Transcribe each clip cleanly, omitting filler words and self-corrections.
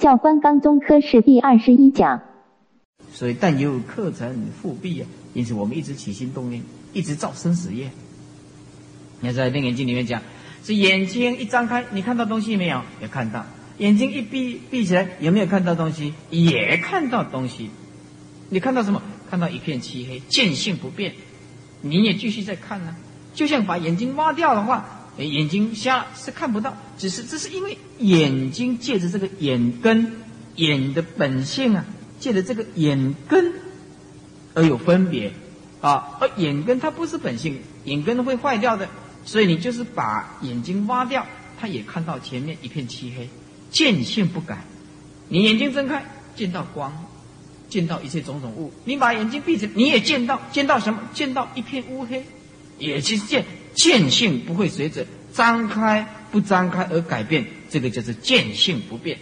教官纲中科是第21讲。 所以但有课程复弊啊，因此我们一直起心动念，一直造生死业。你看在《楞严经》里面讲，是眼睛一张开，你看到东西没有？也看到。眼睛一闭起来，有没有看到东西？也看到东西。你看到什么？看到一片漆黑，见性不变。你也继续在看呢、就像把眼睛挖掉的话，眼睛瞎了是看不到，这是因为眼睛借着这个眼根，眼的本性啊，借着这个眼根而有分别啊，而眼根它不是本性，眼根会坏掉的，所以你就是把眼睛挖掉，它也看到前面一片漆黑，见性不改。你眼睛睁开，见到光，见到一切种种物；你把眼睛闭着，你也见到什么？见到一片乌黑，也就是见性不会随着张开不张开而改变，这个就是见性不变。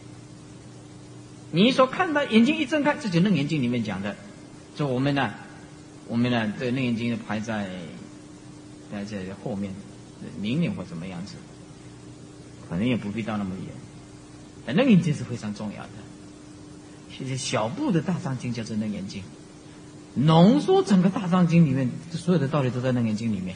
你所看到眼睛一睁开，这就《楞严经》里面讲的。说我们呢，这《楞严经》排在后面，明年或怎么样子，可能也不必到那么远。但《楞严经》是非常重要的。其实小部的大藏经叫做《楞严经》，浓缩整个大藏经里面所有的道理都在《楞严经》里面。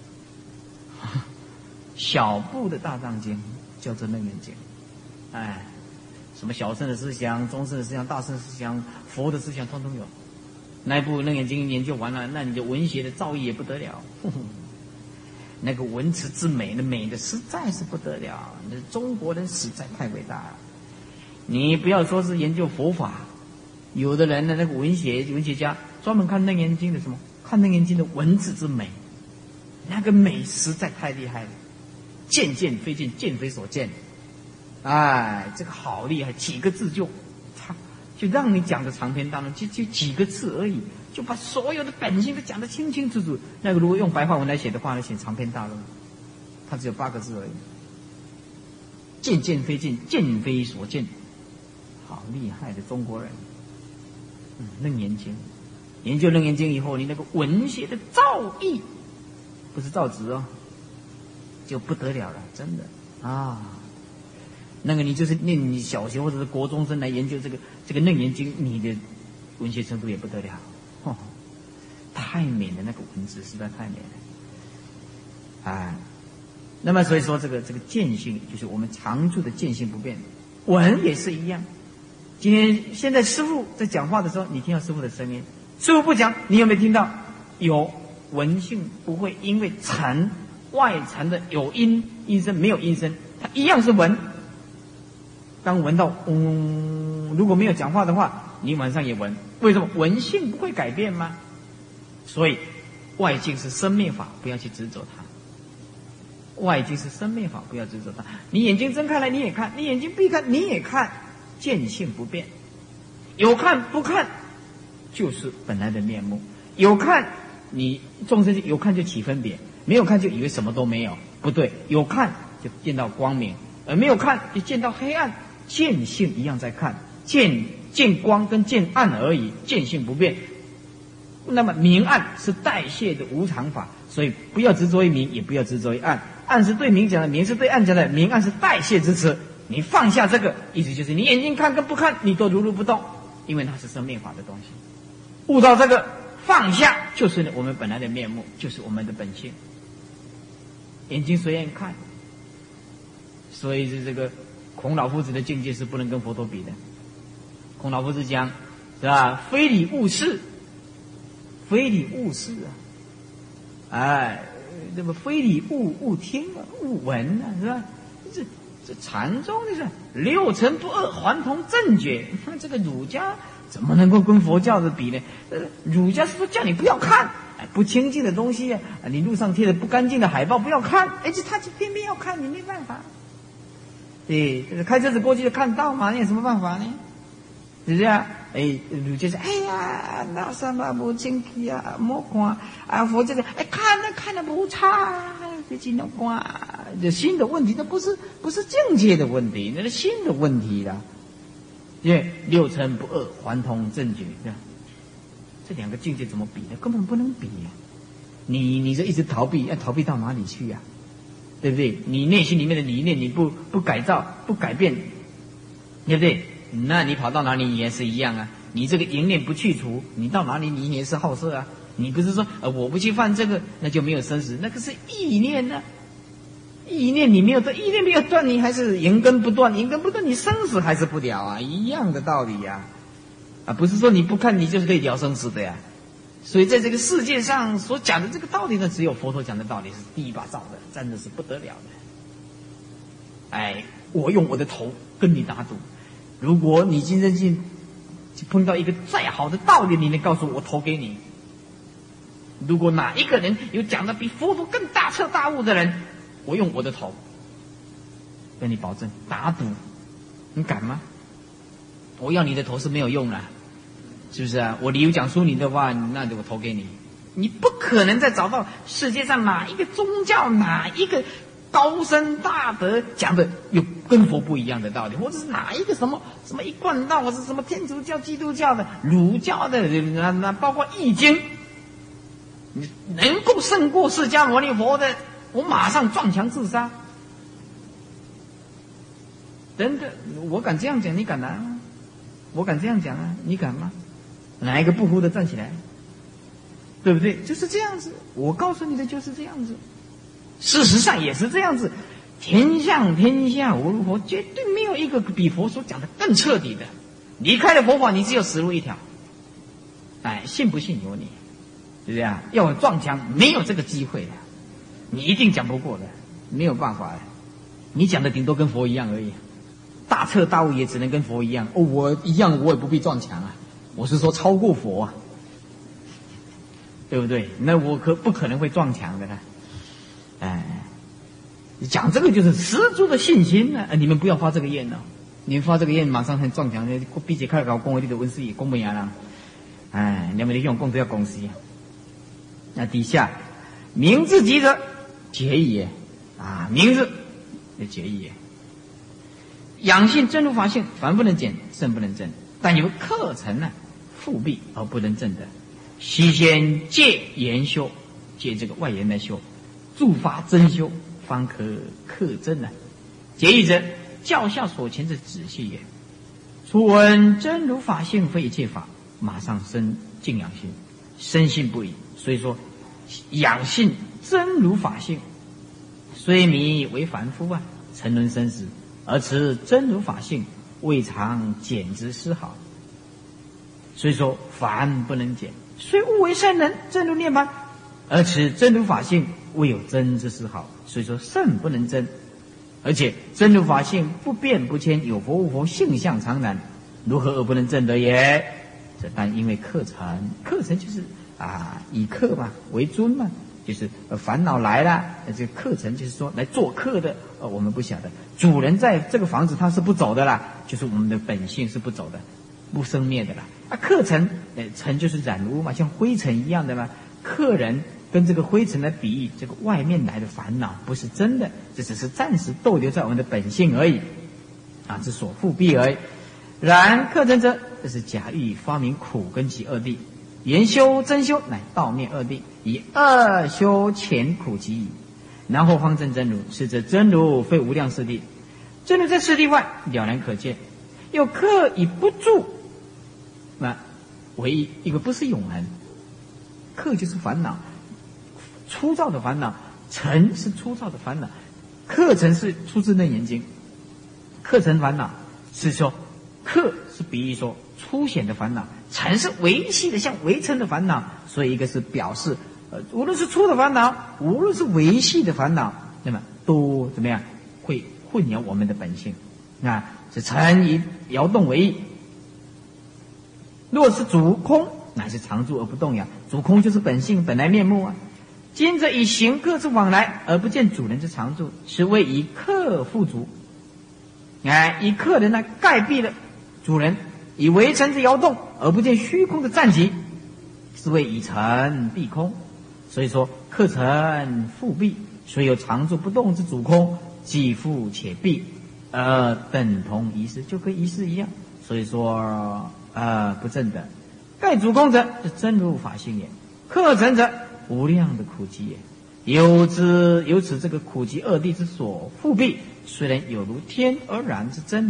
小部的大藏经叫做《楞严经》，哎，什么小乘的思想、中乘的思想、大乘的思想、佛的思想，通通有。那一部《楞严经》研究完了，那你的文学的造诣也不得了。那个文辞之美，那美的实在是不得了。那中国人实在太伟大了。你不要说是研究佛法，有的人呢，那个文学家专门看《楞严经》的什么？看《楞严经》的文字之美，那个美实在太厉害了。见见非见，见非所见。哎，这个好厉害，几个字就让你讲的长篇大论，就几个字而已，就把所有的本性都讲得清清楚楚。那个如果用白话文来写的话，来写长篇大论，它只有8个字而已。见见非见，见非所见，好厉害的中国人。楞严经，研究楞严经以后，你那个文学的造诣，不是造诣哦，就不得了了，真的啊。那个你就是念你小学或者是国中生来研究这个楞严经，你的文学程度也不得了，太美了，那个文字实在太美了，哎。那么所以说这个见性就是我们常住的见性不变，文也是一样。现在师父在讲话的时候，你听到师父的声音，师父不讲，你有没有听到？有，文性不会因为外层的有音声没有音声，它一样是文。当闻到如果没有讲话的话，你晚上也闻。为什么？文性不会改变吗？所以外境是生灭法，不要去执着它。外境是生灭法，不要执着它。你眼睛睁开来你也看，你眼睛闭开你也看，见性不变。有看不看就是本来的面目。有看，你众生有看就起分别，没有看就以为什么都没有，不对。有看就见到光明，而没有看就见到黑暗。见性一样在看，见光跟见暗而已，见性不变。那么明暗是代谢的无常法，所以不要执着于明，也不要执着于暗。暗是对明讲的，明是对暗讲的，明暗是代谢之词。你放下这个，意思就是你眼睛看跟不看，你都如如不动，因为它是生灭法的东西。悟到这个，放下就是我们本来的面目，就是我们的本性。眼睛随便看，所以是这个孔老夫子的境界是不能跟佛陀比的。孔老夫子讲，是吧？非礼勿视，非礼勿视啊！哎，这么非礼勿听啊，勿闻啊，是吧？这禅宗就是六尘不二，还同正觉。这个儒家怎么能够跟佛教的比呢？儒家是说叫你不要看，不清净的东西啊，你路上贴的不干净的海报不要看，他就偏偏要看，你没办法。对，开车子过去就看到嘛，你有什么办法呢？是不是啊？儒家说，那什么不清气啊，莫看啊。佛家说，看了不差，最近要看，这心的问题，那不是境界的问题，那是心的问题啦。因为六尘不二，还同正觉，这两个境界怎么比呢？根本不能比呀！你这一直逃避，要逃避到哪里去呀？对不对？你内心里面的理念你不改造不改变， 对不对？那你跑到哪里也是一样啊。你这个淫念不去除，你到哪里你也是好色啊。你不是说我不去犯这个，那就没有生死，那个是意念呢、意念你没有断，意念没有断，你还是淫根不断，淫根不断，你生死还是不了啊，一样的道理呀。不是说你不看你就是可以了生死的呀。所以在这个世界上所讲的这个道理呢，只有佛陀讲的道理是第一把造的，真的是不得了的。我用我的头跟你打赌，如果你今生去碰到一个再好的道理，你能告诉我投给你？如果哪一个人有讲的比佛陀更大彻大悟的人，我用我的头跟你保证打赌，你敢吗？我要你的头是没有用的，是不是啊？我理由讲出你的话，那我投给你。你不可能再找到世界上哪一个宗教，哪一个高深大德讲的有跟佛不一样的道理，或者是哪一个什么一贯道，或是什么天主教、基督教的、儒教的，那包括易经，你能够胜过释迦牟尼佛的，我马上撞墙自杀。真的，我敢这样讲，你敢拿吗？我敢这样讲啊，你敢吗？哪一个不服的站起来？对不对？就是这样子，我告诉你的就是这样子。事实上也是这样子，天下无如佛，绝对没有一个比佛所讲的更彻底的。离开了佛法，你只有死路一条。信不信由你，是不是啊？要撞墙，没有这个机会的，你一定讲不过的，没有办法的。你讲的顶多跟佛一样而已，大彻大悟也只能跟佛一样。我一样，我也不必撞墙啊。我是说超过佛啊，对不对？那我不可能会撞墙的呢。讲这个就是十足的信心呢。你们不要发这个愿哦，你们发这个愿马上很撞墙，并且开搞公会你的文字也公不赢了。你们的用功都要公司。那底下名字即者结义也名字也结义也。养性真如法性，凡不能减，圣不能正，但有课程呢，复辟而不能正的，须先借言修，借这个外言来修，助发真修，方可克真呢。结义者，教下所前之子系也。初闻真如法性非一切法，马上生敬仰心，深信不疑。所以说，养性真如法性，虽迷为凡夫沉沦生死，而持真如法性，未尝减之丝毫。所以说，凡不能减，虽悟为圣人，真如涅槃，而持真如法性，未有增之丝毫。所以说，圣不能增，而且真如法性不变不迁，有佛无佛，性相常然，如何而不能证得也？这但因为课程，课程就是以课嘛为尊嘛，就是烦恼来了，这个课程就是说来做客的，我们不晓得主人在这个房子他是不走的啦，就是我们的本性是不走的，不生灭的啦。课程尘就是染污嘛，像灰尘一样的嘛。客人跟这个灰尘来比喻，这个外面来的烦恼不是真的，这只是暂时逗留在我们的本性而已，之所复辟而已。然课程者，这是假喻发明苦跟其二谛，言修真修乃道灭二谛，以二修前苦其已，然后方证真如。是则真如非无量四谛，真如在四谛外了然可见，又刻以不住，唯一个不是永恒。刻就是烦恼，粗糙的烦恼，尘是粗糙的烦恼，课程是出自楞严经。课程烦恼是说，课是比喻说粗显的烦恼，尘是维系的像围城的烦恼，所以一个是表示无论是粗的烦恼，无论是维系的烦恼，那么都怎么样会混淆我们的本性是尘以摇动为意。若是主空，乃是常住而不动呀。主空就是本性本来面目今则以行客之往来，而不见主人之常住，是谓以客复主。以客人盖蔽了主人，以为尘之摇动，而不见虚空的暂寂，是谓以尘蔽空。所以说，客尘复蔽，虽有常住不动之主空，既复且蔽，等同遗失，就跟遗失一样。所以说不正的。盖主空者，是真如法性也；客尘者，无量的苦集也。由此这个苦集二谛之所复蔽，虽然有如天而然之真如，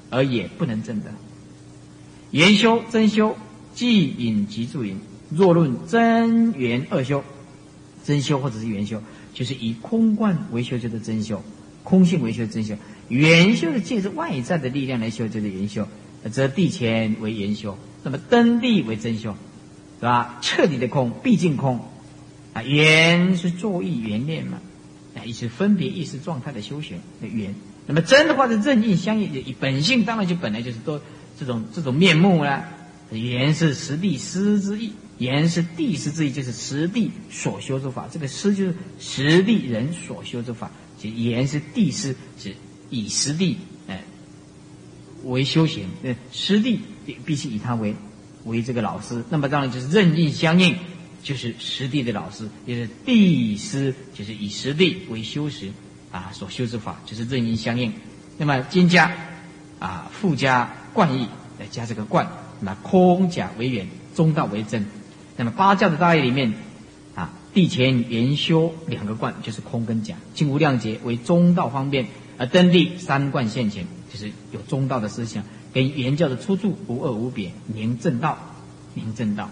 而也不能证得。圆修、真修，即引即助引。若论真圆二修，真修或者是圆修，就是以空观为修，就是真修；空性为修，真修。圆修是借着外在的力量来修，就是圆修。则地前为圆修，那么登地为真修，是吧？彻底的空，毕竟空啊。圆是作意圆练嘛，也是分别意识状态的修学的圆。那么真的话是任应相应，本性当然就本来就是多这种面目啦。圆是实地师之意，圆是地师之意，就是实地所修之法。这个师就是实地人所修之法，其实圆是地师，是以实地为修行，师弟必须以他为这个老师，那么当然就是任应相应，就是师弟的老师，也是地师，就是以师弟为修持啊，所修之法就是任应相应。那么今加附加观义，来加这个观，那么空假为圆，中道为真。那么八教的大义里面地前圆修两个观，就是空跟假，经无量劫为中道方便，而登地三观现前，就是有中道的思想，跟圆教的出处无二无别，明正道，明正道。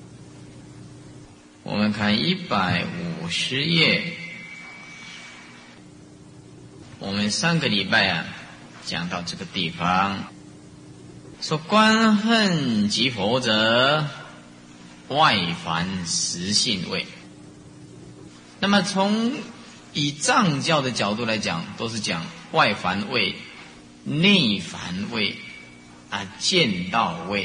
我们看150页，我们上个礼拜讲到这个地方，说观恨即佛者，外凡实性位。那么从以藏教的角度来讲，都是讲外凡位、内凡位见道位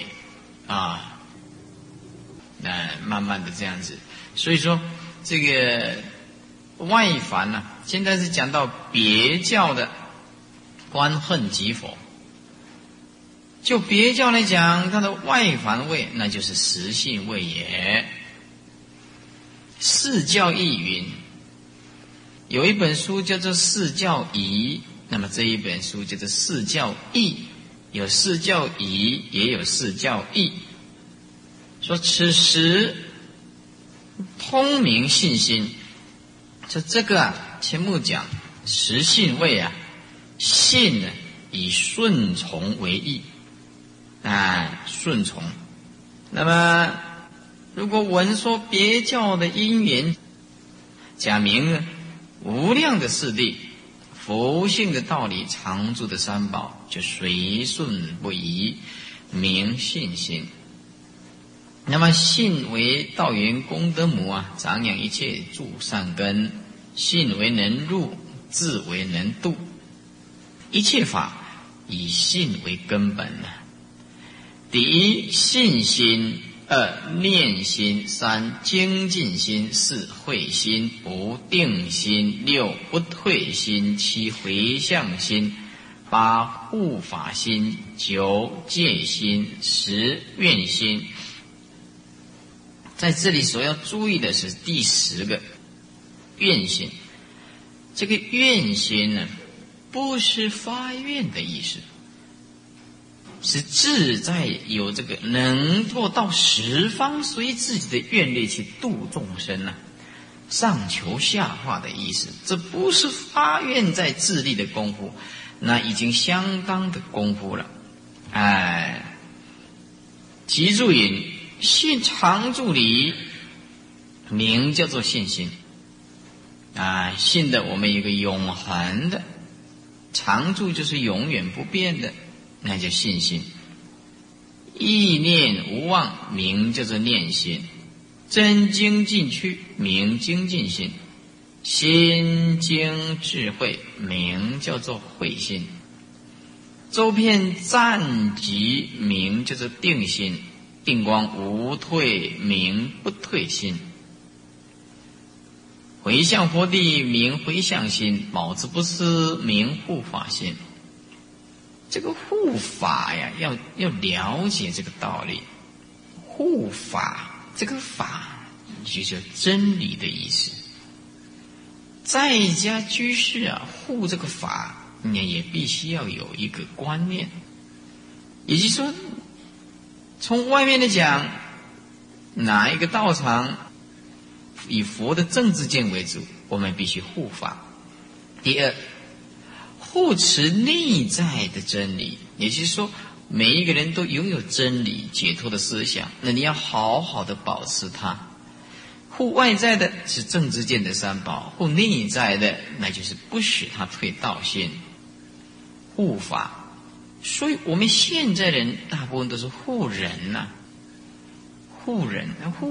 慢慢的这样子。所以说这个外凡现在是讲到别教的观恨即佛。就别教来讲，它的外凡位那就是实性位也。释教义云，有一本书叫做释教仪，那么这一本书叫做释教义，有释教仪也有释教义。说此时通明信心，说这个前目讲实性位信以顺从为义顺从。那么如果闻说别教的因缘，假明无量的事谛，佛性的道理，常住的三宝，就随顺不移，明信心。那么信为道源功德母长养一切助善根，信为能入，智为能度，一切法以信为根本第一信心，二念心，三精进心，四慧心，五定心，六不退心，七回向心，八护法心，九戒心，十愿心。在这里所要注意的是第10个愿心。这个愿心呢，不是发愿的意思，是自在有这个能够到十方随自己的愿力去度众生上求下化的意思。这不是发愿在自力的功夫，那已经相当的功夫了。即注引信常住理，名叫做信心信的我们有一个永恒的，常住就是永远不变的，那叫信心。意念无妄，名叫做念心。真精进趣，名精进心。心经智慧，名叫做慧心。周遍暂极，名叫做定心。定光无退，名不退心。回向佛地，名回向心。保持不失，名护法心。这个护法要了解这个道理。护法，这个法就叫真理的意思。在家居士护这个法，你也必须要有一个观念，也就是说，从外面来讲，哪一个道场以佛的正知见为主，我们必须护法。第二，护护持内在的真理，也就是说每一个人都拥有真理解脱的思想，那你要好好的保持它。护外在的是正知见的三宝，护内在的那就是不使它退道心，护法。所以我们现在人大部分都是护人呐、护人，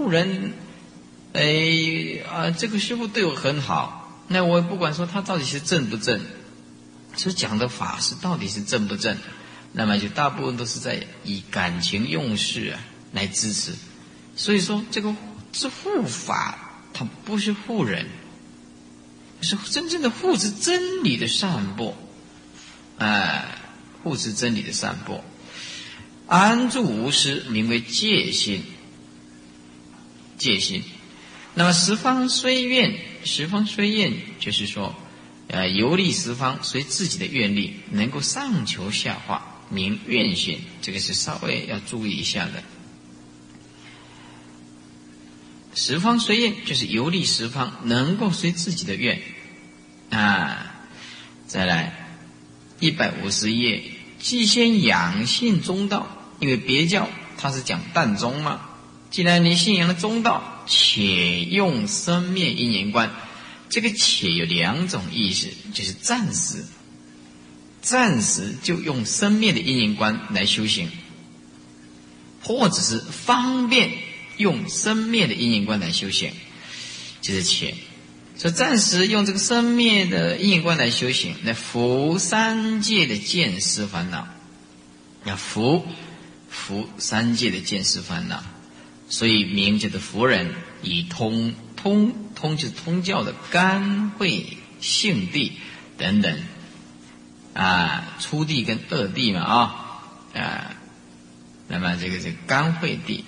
这个师父对我很好，那我也不管说他到底是正不正，所讲的法是到底是正不正，那么就大部分都是在以感情用事来支持。所以说这个是护法，它不是护人，是真正的护持真理的散播，护持真理的散播。安住无失，名为戒心。戒心。那么十方虽愿，十方虽愿就是说游历十方，随自己的愿力能够上求下化，名愿心。这个是稍微要注意一下的。十方随愿就是游历十方，能够随自己的愿再来150页，既先养信中道，因为别教它是讲淡中嘛。既然你信仰了中道，且用生灭因缘观，这个且有两种意思，就是暂时就用生灭的因缘观来修行，或者是方便用生灭的因缘观来修行，就是且。所以暂时用这个生灭的因缘观来修行，来伏三界的见思烦恼，要伏三界的见思烦恼。所以名叫做伏人，以通就是通教的干慧性地等等初地跟二地嘛那么这个干慧地，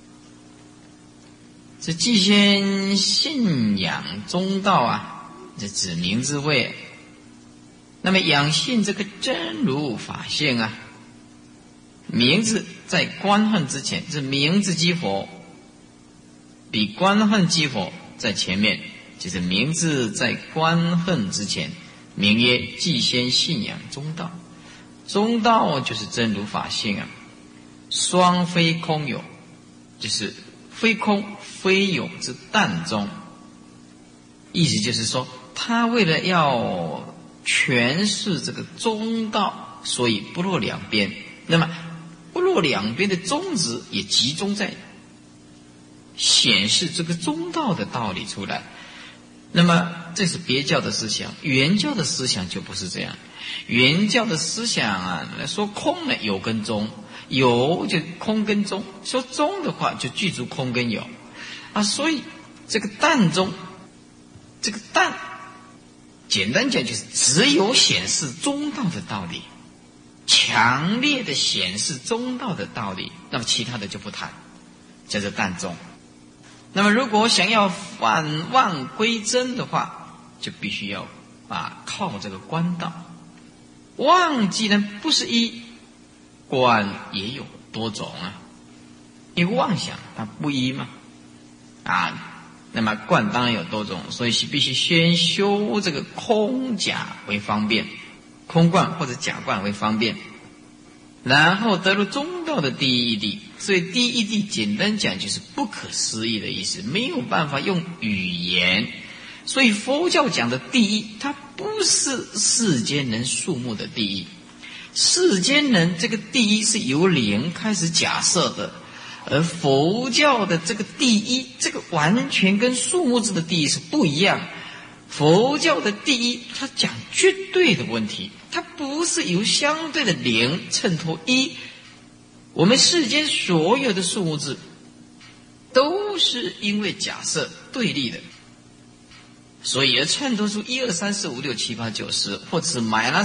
这既先信仰中道这指明智慧。那么养信这个真如法性名字在观恨之前，这名字激佛比观恨激佛在前面，就是名字在观恨之前，名曰既先信仰中道。中道就是真如法性双非空有，就是非空非有之淡中。意思就是说，他为了要诠释这个中道，所以不落两边。那么不落两边的宗旨也集中在显示这个中道的道理出来。那么这是别教的思想，原教的思想就不是这样。原教的思想说空呢有跟中，有就空跟中，说中的话就具足空跟有所以这个淡中，这个淡简单讲就是只有显示中道的道理，强烈的显示中道的道理，那么其他的就不谈，叫做淡中。那么如果想要返妄归真的话，就必须要靠这个观道。妄既然不是一，观也有多种因为妄想它不一嘛那么观当然有多种，所以必须先修这个空假为方便，空观或者假观为方便，然后得入中道的第一义谛。所以第一义谛简单讲就是不可思议的意思，没有办法用语言。所以佛教讲的第一，它不是世间人数目的第一，世间人这个第一是由零开始假设的，而佛教的这个第一，这个完全跟数目字的第一是不一样。佛教的第一，它讲绝对的问题，它不是由相对的零衬托一。我们世间所有的数目字都是因为假设对立的，所以而衬托出1、2、3、4、5、6、7、8、9、10，或者是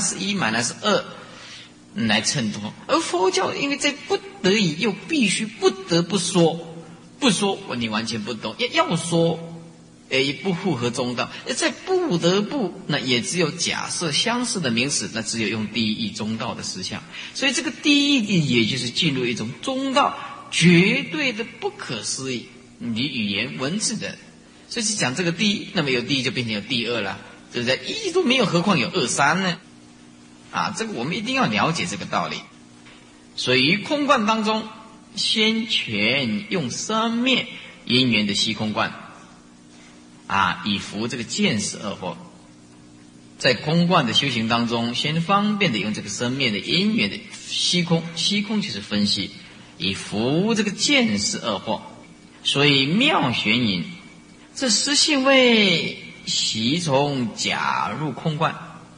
-1、-2来衬托。而佛教因为在不得已又必须不得不说，不说你完全不懂，要说也不符合中道，在不得不那也只有假设相似的名词，那只有用第一义中道的思想。所以这个第一义也就是进入一种中道绝对的不可思议，你语言文字的。所以是讲这个第一，那么有第一就变成有第二了，对不对？一都没有，何况有2、3呢？ 这个我们一定要了解这个道理。所以于空观当中，先全用生灭因缘的虚空观以伏这个见识二惑。在空观的修行当中，先方便的用这个生灭的因缘的虚空，虚空就是分析，以伏这个见识二惑。所以妙玄隐，这实性位习从假入空观，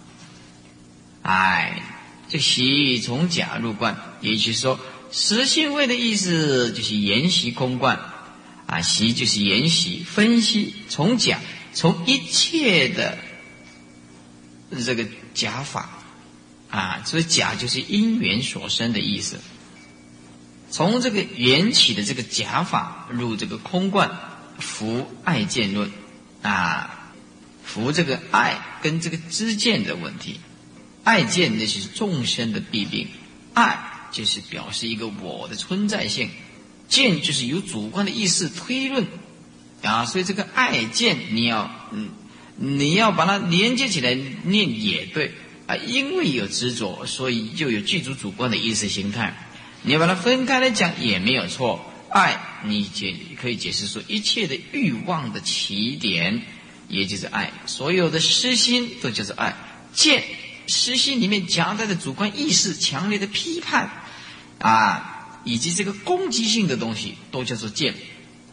这习从假入观，也就是说实性位的意思就是研习空观习就是研习分析，从假，从一切的这个假法所以假就是因缘所生的意思。从这个缘起的这个假法入这个空观，伏爱见论伏这个爱跟这个知见的问题。爱见那是众生的弊病，爱就是表示一个我的存在性，见就是有主观的意识推论所以这个爱见你要把它连接起来念也对因为有执着，所以就有具足主观的意识形态。你要把它分开来讲也没有错。爱你可以解释说一切的欲望的起点，也就是爱，所有的私心都叫做爱。见，私心里面夹带的主观意识、强烈的批判以及这个攻击性的东西都叫做见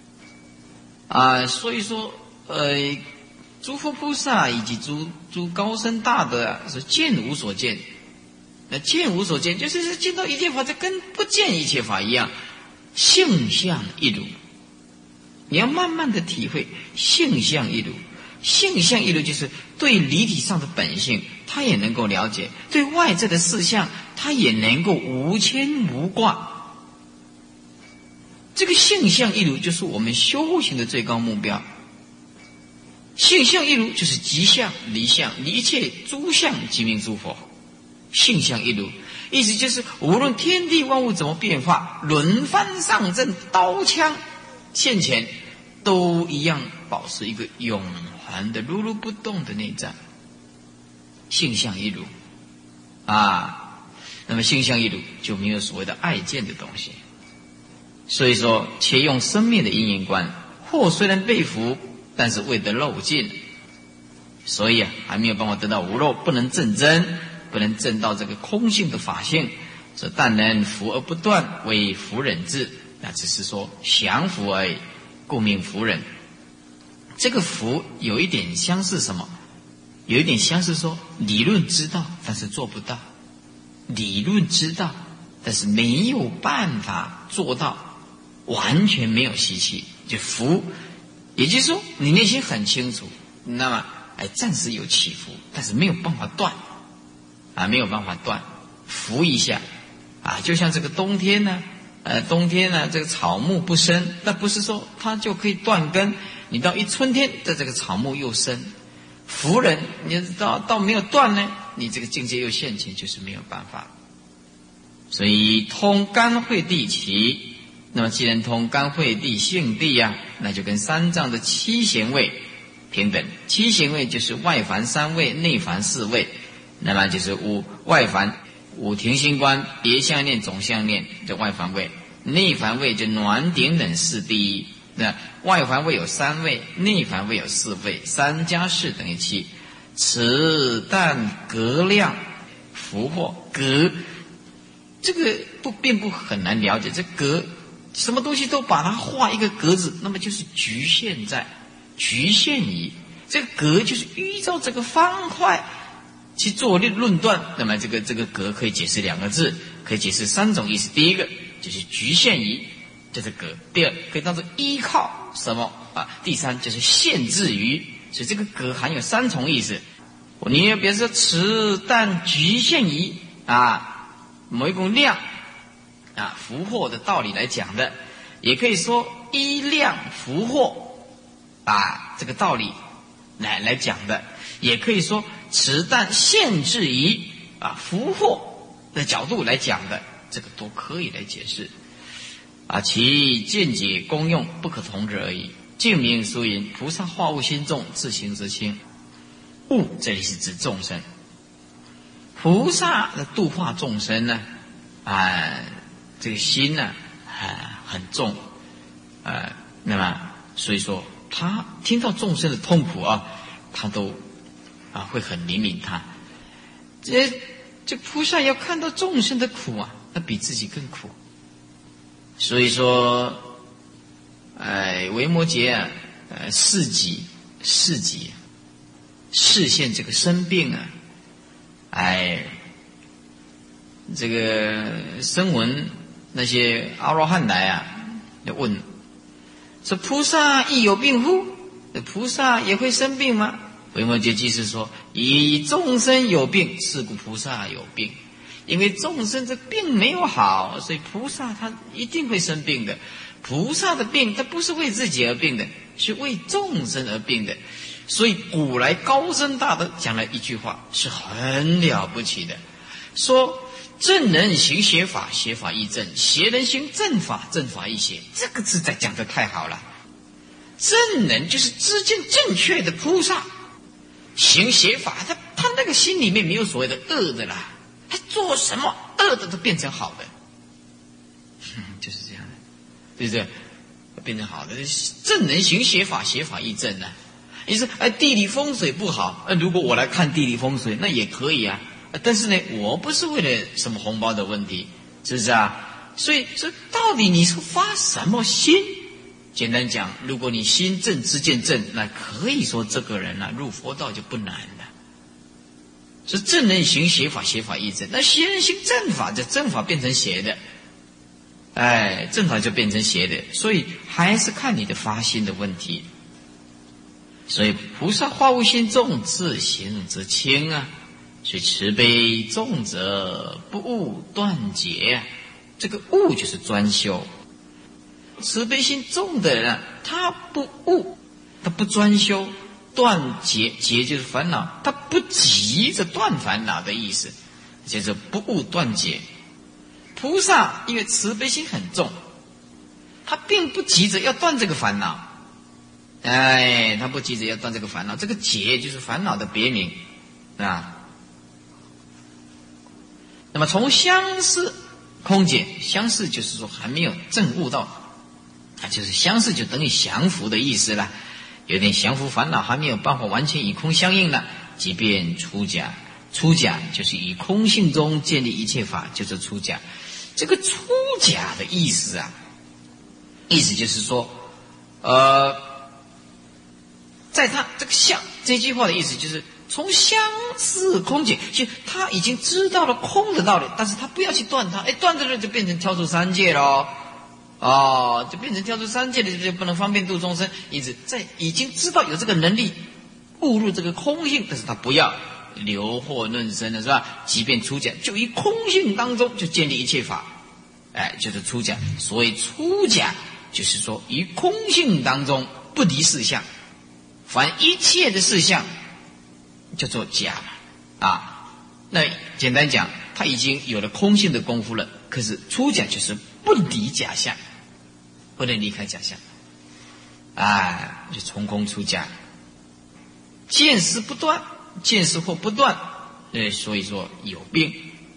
所以说诸佛菩萨以及诸高僧大德是见无所见。那见无所见，就是见到一切法，这跟不见一切法一样，性相一如。你要慢慢的体会性相一如。性相一如就是对离体上的本性他也能够了解，对外在的事项他也能够无牵无挂。这个性相一如就是我们修行的最高目标。性相一如就是即相离相，离一切诸相即名诸佛。性相一如意思就是无论天地万物怎么变化，轮番上阵，刀枪现前，都一样保持一个永恒的如如不动的内在。性相一如那么性相一如就没有所谓的爱见的东西。所以说且用生灭的因缘观，或虽然被伏，但是未得漏尽，所以还没有办法得到无漏，不能证真，不能证到这个空性的法性。这但能伏而不断，为伏忍智，那只是说降伏而已，故名伏忍。这个伏有一点相似什么？有一点相似说理论知道，但是做不到。理论知道，但是没有办法做到，完全没有习气，就伏。也就是说你内心很清楚，那么暂时有起伏，但是没有办法断没有办法断，伏一下就像这个冬天呢这个草木不生，那不是说它就可以断根，你到一春天的这个草木又生。伏忍你到没有断呢，你这个境界又现前，就是没有办法。所以通干慧地起，那么既然通干慧地性地那就跟三藏的七贤位平等。七贤位就是外凡三位，内凡四位，那么就是外凡五停心观、别相念、总相念的外凡位，内凡位就暖顶等四第一。那外凡位有三位，内凡位有四位，3加4等于7。此但格量福祸格，这个并不很难了解。这格什么东西都把它画一个格子，那么就是局限于这个格，就是依照这个方块去做论断。那么这个格可以解释2个字，可以解释3种意思。第一个就是局限于，这是格；第二可以当作依靠什么第三就是限制于。所以这个格含有3重意思。你也比如说此但局限于某一种量福祸的道理来讲的，也可以说依量福祸这个道理来讲的，也可以说此但限制于福祸的角度来讲的，这个都可以来解释其见解功用不可同日而已。净名疏引，菩萨化物心重，自行则轻。物这里是指众生菩萨的度化众生呢，这个心呢，很重，那么所以说他听到众生的痛苦他都会很怜悯他。这菩萨要看到众生的苦那比自己更苦。所以说，维摩诘示己，示现这个生病这个声闻那些阿罗汉来要问说：菩萨亦有病乎？菩萨也会生病吗？维摩诘居士说：以众生有病，是故菩萨有病。因为众生这病没有好，所以菩萨他一定会生病的。菩萨的病他不是为自己而病的，是为众生而病的。所以古来高僧大德讲了一句话是很了不起的，说正人行邪法，邪法亦正；邪人行正法，正法亦邪。这个字讲得太好了。正人就是知见正确的菩萨，行邪法他那个心里面没有所谓的恶的啦，他做什么恶的都变成好的，就是这样的，对不对？变成好的。正人行邪法，邪法亦正啊。你说地理风水不好，如果我来看地理风水那也可以但是呢，我不是为了什么红包的问题，是不是所以说到底你是发什么心？简单讲，如果你心正知见正，那可以说这个人入佛道就不难了。是正人行邪法，邪法亦正；那邪人行正法，这正法变成邪的，正法就变成邪的。所以还是看你的发心的问题。所以菩萨化物心重，自行则轻所以慈悲重者不悟断解这个悟就是专修。慈悲心重的人他不悟，他不专修，断结就是烦恼，他不急着断烦恼的意思，就是不悟断结。菩萨因为慈悲心很重，他并不急着要断这个烦恼，他不急着要断这个烦恼。这个结就是烦恼的别名那么从相似空解，相似就是说还没有证悟到就是相似就等于降伏的意思了，有点降伏烦恼，还没有办法完全与空相应了。即便出家，出家就是以空性中建立一切法，就是出家。这个出家的意思意思就是说在他这个相这句话的意思就是从相似空解，就他已经知道了空的道理，但是他不要去断它，断这就变成跳出三界了就变成跳出三界的，就不能方便度众生。因此已经知道有这个能力悟入这个空性，但是他不要留惑论生了，是吧？即便出家，就以空性当中就建立一切法，就是出家。所以出家就是说以空性当中不离事相，凡一切的事相叫做假那简单讲，他已经有了空性的功夫了。可是出家就是不离假象，不能离开假象就从空出家。见识不断，见识或不断，所以说有病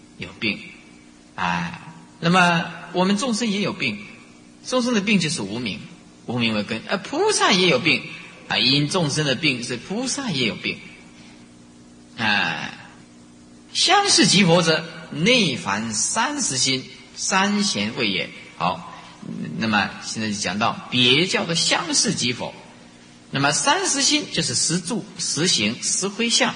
那么我们众生也有病，众生的病就是无明，无明为根。菩萨也有病因众生的病，所以菩萨也有病相是即佛者，内凡30心，三贤位也。好，那么现在就讲到别教的相是即佛。那么30心就是实住、实行、实回向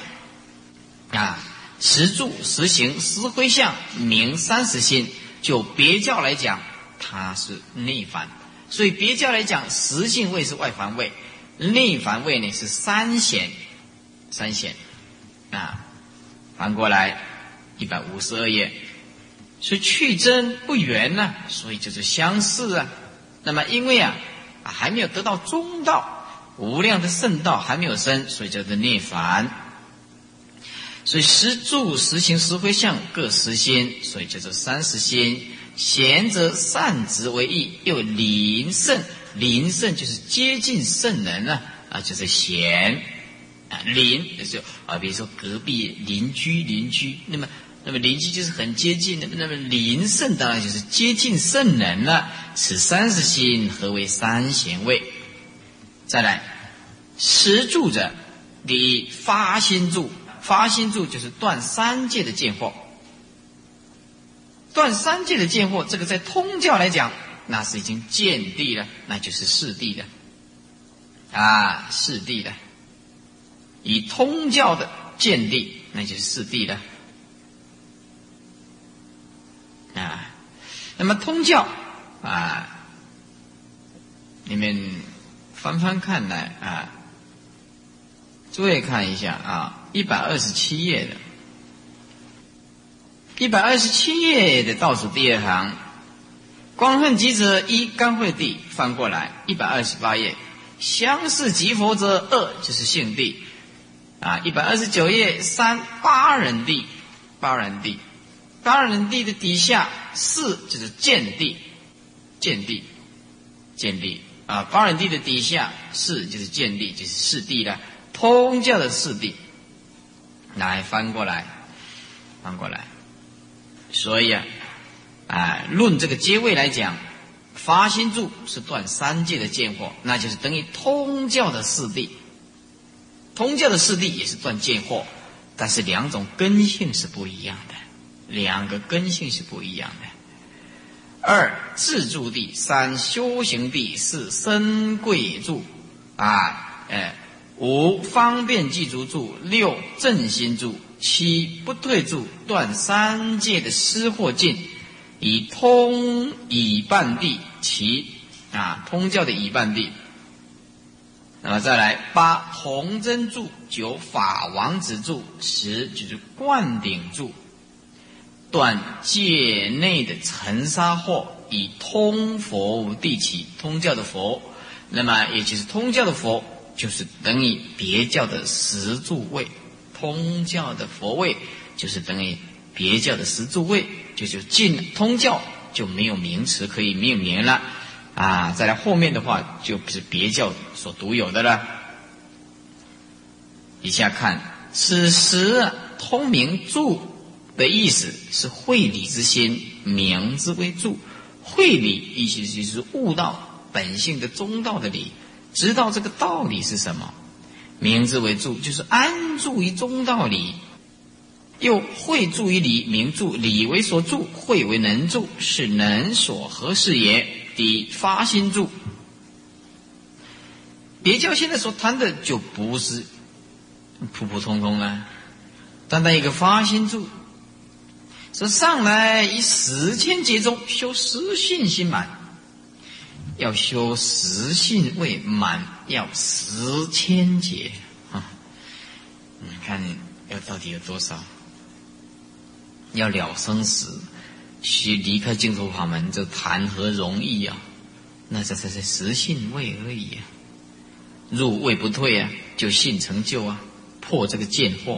实住、实行、实回向名30心。就别教来讲，它是内凡，所以别教来讲，实性位是外凡位，内凡位呢是三贤翻过来152页。所以去真不圆所以就是相似那么因为还没有得到中道，无量的圣道还没有生，所以叫做涅槃。所以实住、实行、实回向各10心，所以叫做30心。贤则善直为义，又临圣，临圣就是接近圣人就是贤邻就是比如说隔壁邻居，那么邻居就是很接近的，那么邻圣当然就是接近圣人了。此30心合为三贤位。再来，实住者，第一发心住，发心住就是断三界的见惑。断三界的见惑，这个在通教来讲，那是已经见地了，那就是四谛了，四谛了。以通教的见地，那就是四谛了。那么通教你们翻翻看来诸位看一下127页的127页的倒数第二行，光恨集者一干慧地，翻过来128页，相似即佛者2就是性地129页3八人地，八人地的底下4就是见地，八人地的底下4就是见地，就是四谛了。通教的四谛，来翻过来。所以论这个阶位来讲，发心住是断三界的见惑，那就是等于通教的四谛。通教的四谛也是断见惑，但是两种根性是不一样的，2自住地，3修行地，4身贵住5方便具足住，6正心住，7不退住，断三界的失惑尽，以通以半地其通教的以半地。那么再来8同真住，9法王子住，10就是灌顶住，断界内的尘沙惑，以通佛地起。通教的佛，那么也就是通教的佛，就是等于别教的十住位。通教的佛位就是等于别教的十住位，就进通教就没有名词可以命名了再来后面的话就不是别教所独有的了。以下看，此时通明住的意思是会理之心，明之为住。会理意思就是悟到本性的中道的理，知道这个道理是什么。明之为住，就是安住于中道理，又会住于理，明住，理为所住，会为能住，是能所合适也。第一发心住，别教现在所谈的就不是普普通通了，单单一个发心住，说上来以10千劫中修实性心满，要修实性未满，要10千劫你看要到底有多少？要了生死，去离开净土法门，这谈何容易那这才是实性位而已入位不退就性成就破这个见惑，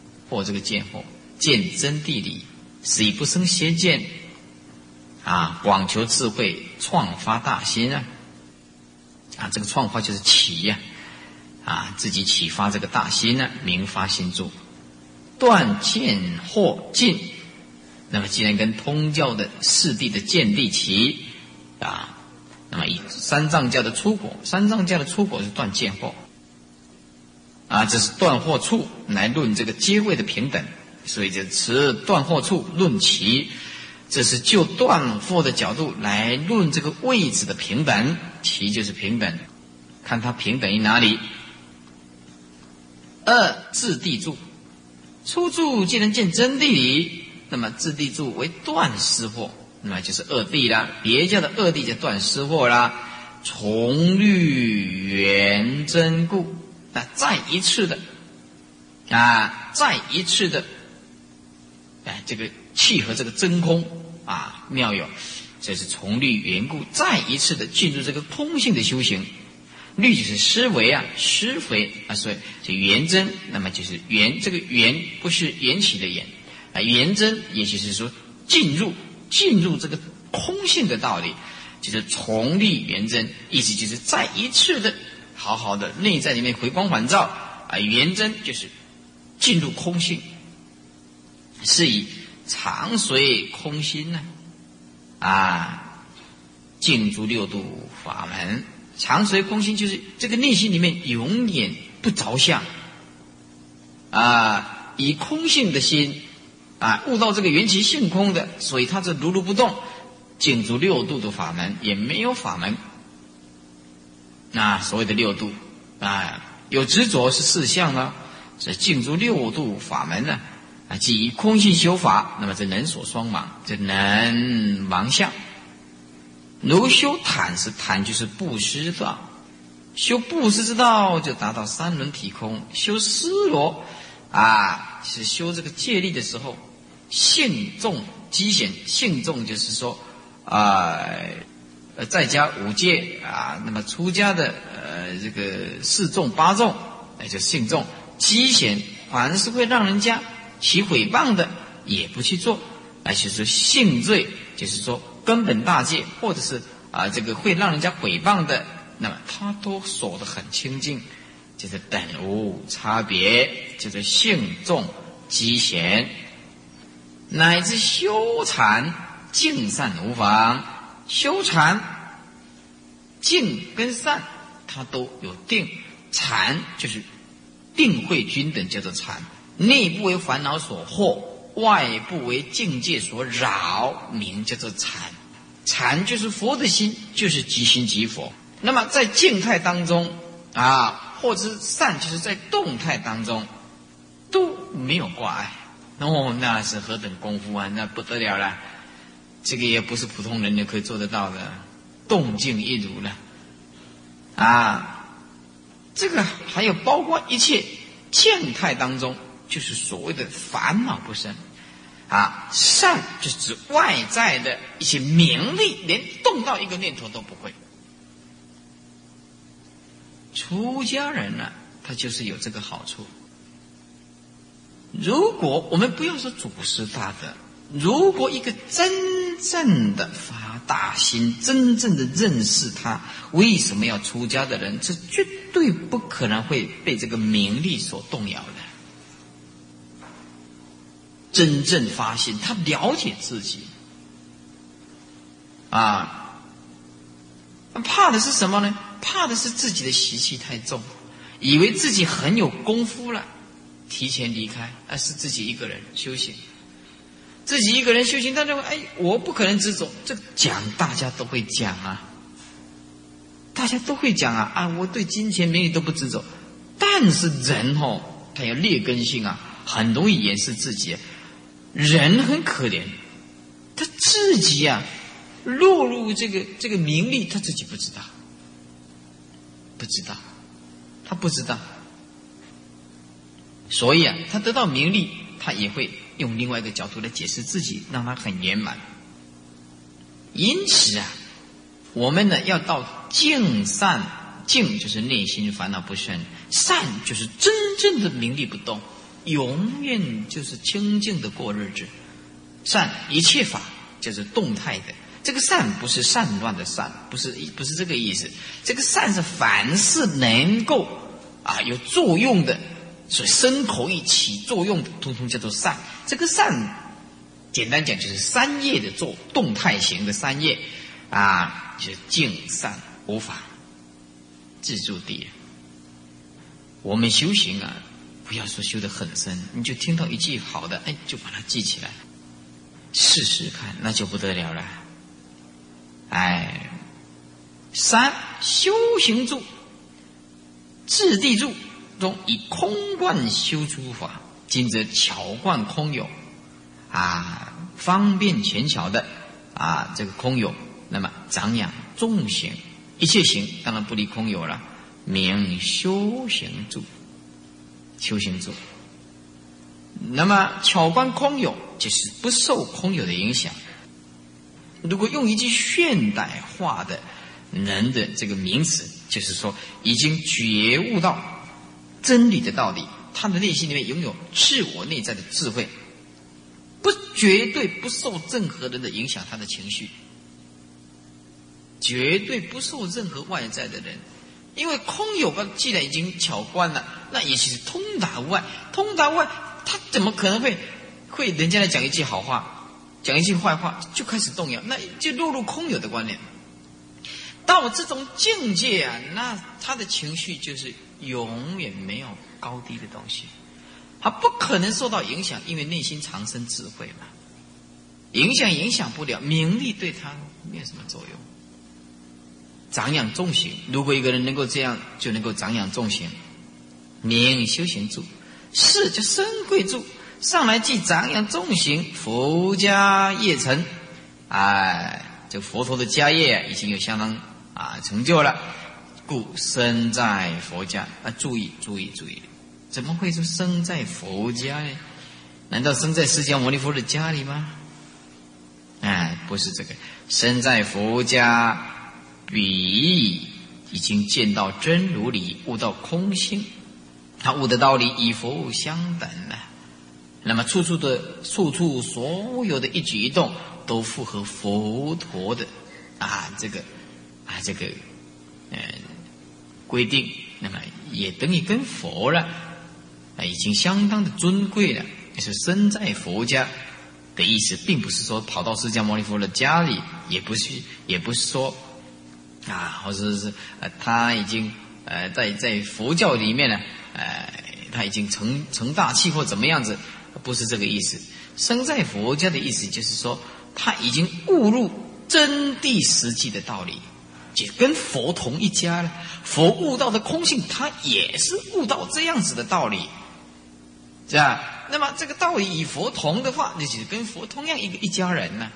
见真谛理，使以不生邪见广求智慧，创发大心这个创发就是起自己启发这个大心明发心住，断见惑尽。那么既然跟通教的四谛的见地齐那么以三藏教的出果是断见惑这是断惑处来论这个阶位的平等，所以就持断惑处论齐，这是就断惑的角度来论这个位置的平等，齐就是平等，看它平等于哪里。2自谛住，初住既能见真谛理，那么自谛住为断失惑，那么就是二谛啦。别教的二谛就断失惑啦。重虑圆真故，那再一次的这个契合这个真空妙有，这是重虑缘故，再一次的进入这个空性的修行。虑就是思维思维所以就圆真，那么就是圆，这个圆不是缘起的缘圆真，也就是说进入这个空性的道理，就是重虑圆真，意思就是再一次的好好的内在里面回光返照圆真就是进入空性，是以常随空心呢进入六度法门。常随空心就是这个内心里面永远不着相以空性的心悟到这个缘起性空的，所以他是如如不动，进入六度的法门，也没有法门。所谓的六度有执着是四相呢，这进入六度法门呢即以空性修法，那么这能所双盲，这能盲相。如修坦是坦就是布施道，修布施之道就达到三轮体空。修施罗是修这个戒律的时候，性重机显。性重就是说在家五戒那么出家的这个四重八重，那就性重。机显凡是会让人家起诽谤的也不去做，就是性罪，就是说根本大戒，或者是这个会让人家诽谤的，那么他都守得很清净，就是等无差别，就是性重机显。乃至修禅净善无妨，修禅净跟善它都有定。禅就是定慧均等，叫做禅。内部为烦恼所惑，外部为境界所扰，名叫做禅。禅就是佛的心，就是即心即佛。那么在静态当中或者是善，就是在动态当中都没有挂碍。那是何等功夫那不得了了，这个也不是普通人就可以做得到的，动静一如了这个还有包括一切静态当中，就是所谓的烦恼不生善就是指外在的一些名利，连动到一个念头都不会。出家人呢他就是有这个好处。如果我们不要说祖师大德，如果一个真正的发大心，真正的认识他为什么要出家的人，这绝对不可能会被这个名利所动摇的。真正发心，他了解自己怕的是什么呢？怕的是自己的习气太重，以为自己很有功夫了，提前离开，是自己一个人修行。自己一个人修行，他认为我不可能执着，这个讲大家都会讲大家都会讲我对金钱名利都不执着。但是人他有劣根性很容易掩饰自己。人很可怜，他自己落入这个名利，他自己不知道，他不知道。所以他得到名利，他也会用另外一个角度来解释自己，让他很圆满。因此我们呢要到净善，净就是内心烦恼不生，善就是真正的名利不动，永远就是清净的过日子。善一切法就是动态的，这个善不是散乱的善，不是这个意思。这个善是凡是能够有作用的，所以身口意起作用的，通通叫做善。这个善简单讲就是三业的做动态型的三业就是净善无法自助地。我们修行不要说修得很深，你就听到一句好的就把它记起来，试试看，那就不得了了。三修行住自地住中以空观修诸法，今则巧观空有方便浅巧的这个空有，那么长养众行，一切行当然不离空有了，名修行住。那么巧观空有就是不受空有的影响。如果用一句现代化的人的这个名词，就是说已经觉悟到真理的道理，他的内心里面拥有自我内在的智慧，绝对不受任何人的影响，他的情绪绝对不受任何外在的人因为空有个既然已经巧观了，那也许是通达无碍。通达无碍，他怎么可能会人家来讲一句好话，讲一句坏话就开始动摇？那就落入空有的观念。到这种境界啊，那他的情绪就是永远没有高低的东西，他不可能受到影响，因为内心常生智慧嘛。影响不了，名利对他没有什么作用。长养众行，如果一个人能够这样，就能够长养众行。名修行住，是就身贵住，上来即长养众行，佛家业成。这佛陀的家业已经有相当成就了，故生在佛家。注意，怎么会说生在佛家呢？难道生在释迦牟尼佛的家里吗？不是这个，生在佛家，比已经见到真如理，悟到空性，他悟的道理与佛相等了。那么处处所有的一举一动都符合佛陀的这个规定，那么也等于跟佛了，已经相当的尊贵了。就是身在佛家的意思，并不是说跑到释迦牟尼佛的家里，也不是说或者是他已经在佛教里面呢，他已经成大器或怎么样子，不是这个意思。生在佛家的意思就是说，他已经悟入真谛实际的道理，也跟佛同一家了。佛悟到的空性，他也是悟到这样子的道理，是吧？那么这个道理与佛同的话，那就是跟佛同样一家人呢，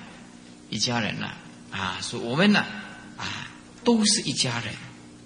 所以我们呢都是一家人，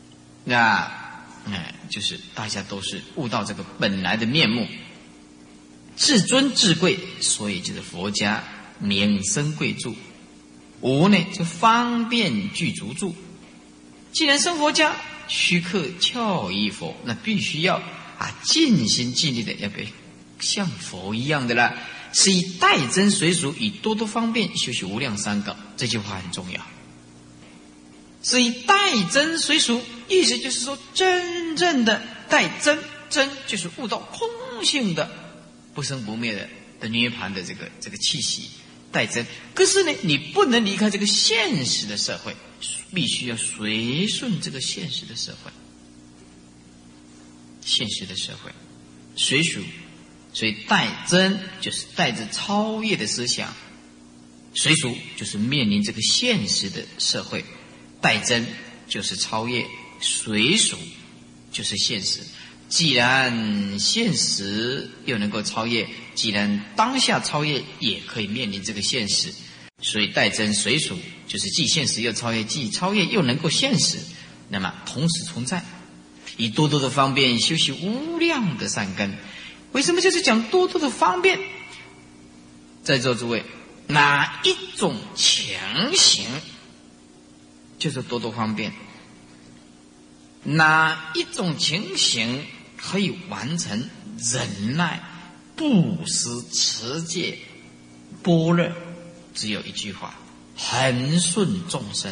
就是大家都是悟到这个本来的面目，至尊至贵，所以就是佛家名生贵住。无呢就方便具足住。既然生佛家，须克翘依佛，那必须要尽心尽力的要被像佛一样的啦，是以代增随属，以多多方便修习无量三等。这句话很重要，是以代增随属，意思就是说真正的代增，真就是悟到空性的不生不灭的涅槃的这个气息代增。可是呢，你不能离开这个现实的社会，必须要随顺这个现实的社会，随属。所以代增就是带着超越的思想，随属就是面临这个现实的社会，代增就是超越，随属就是现实。既然现实又能够超越，既然当下超越也可以面临这个现实，所以代增随属就是既现实又超越，既超越又能够现实，那么同时存在，以多多的方便修习无量的善根。为什么就是讲多多的方便？在座诸位，哪一种情形就是多多方便？哪一种情形可以完成忍耐、布施、持戒、般若？只有一句话：恒顺众生。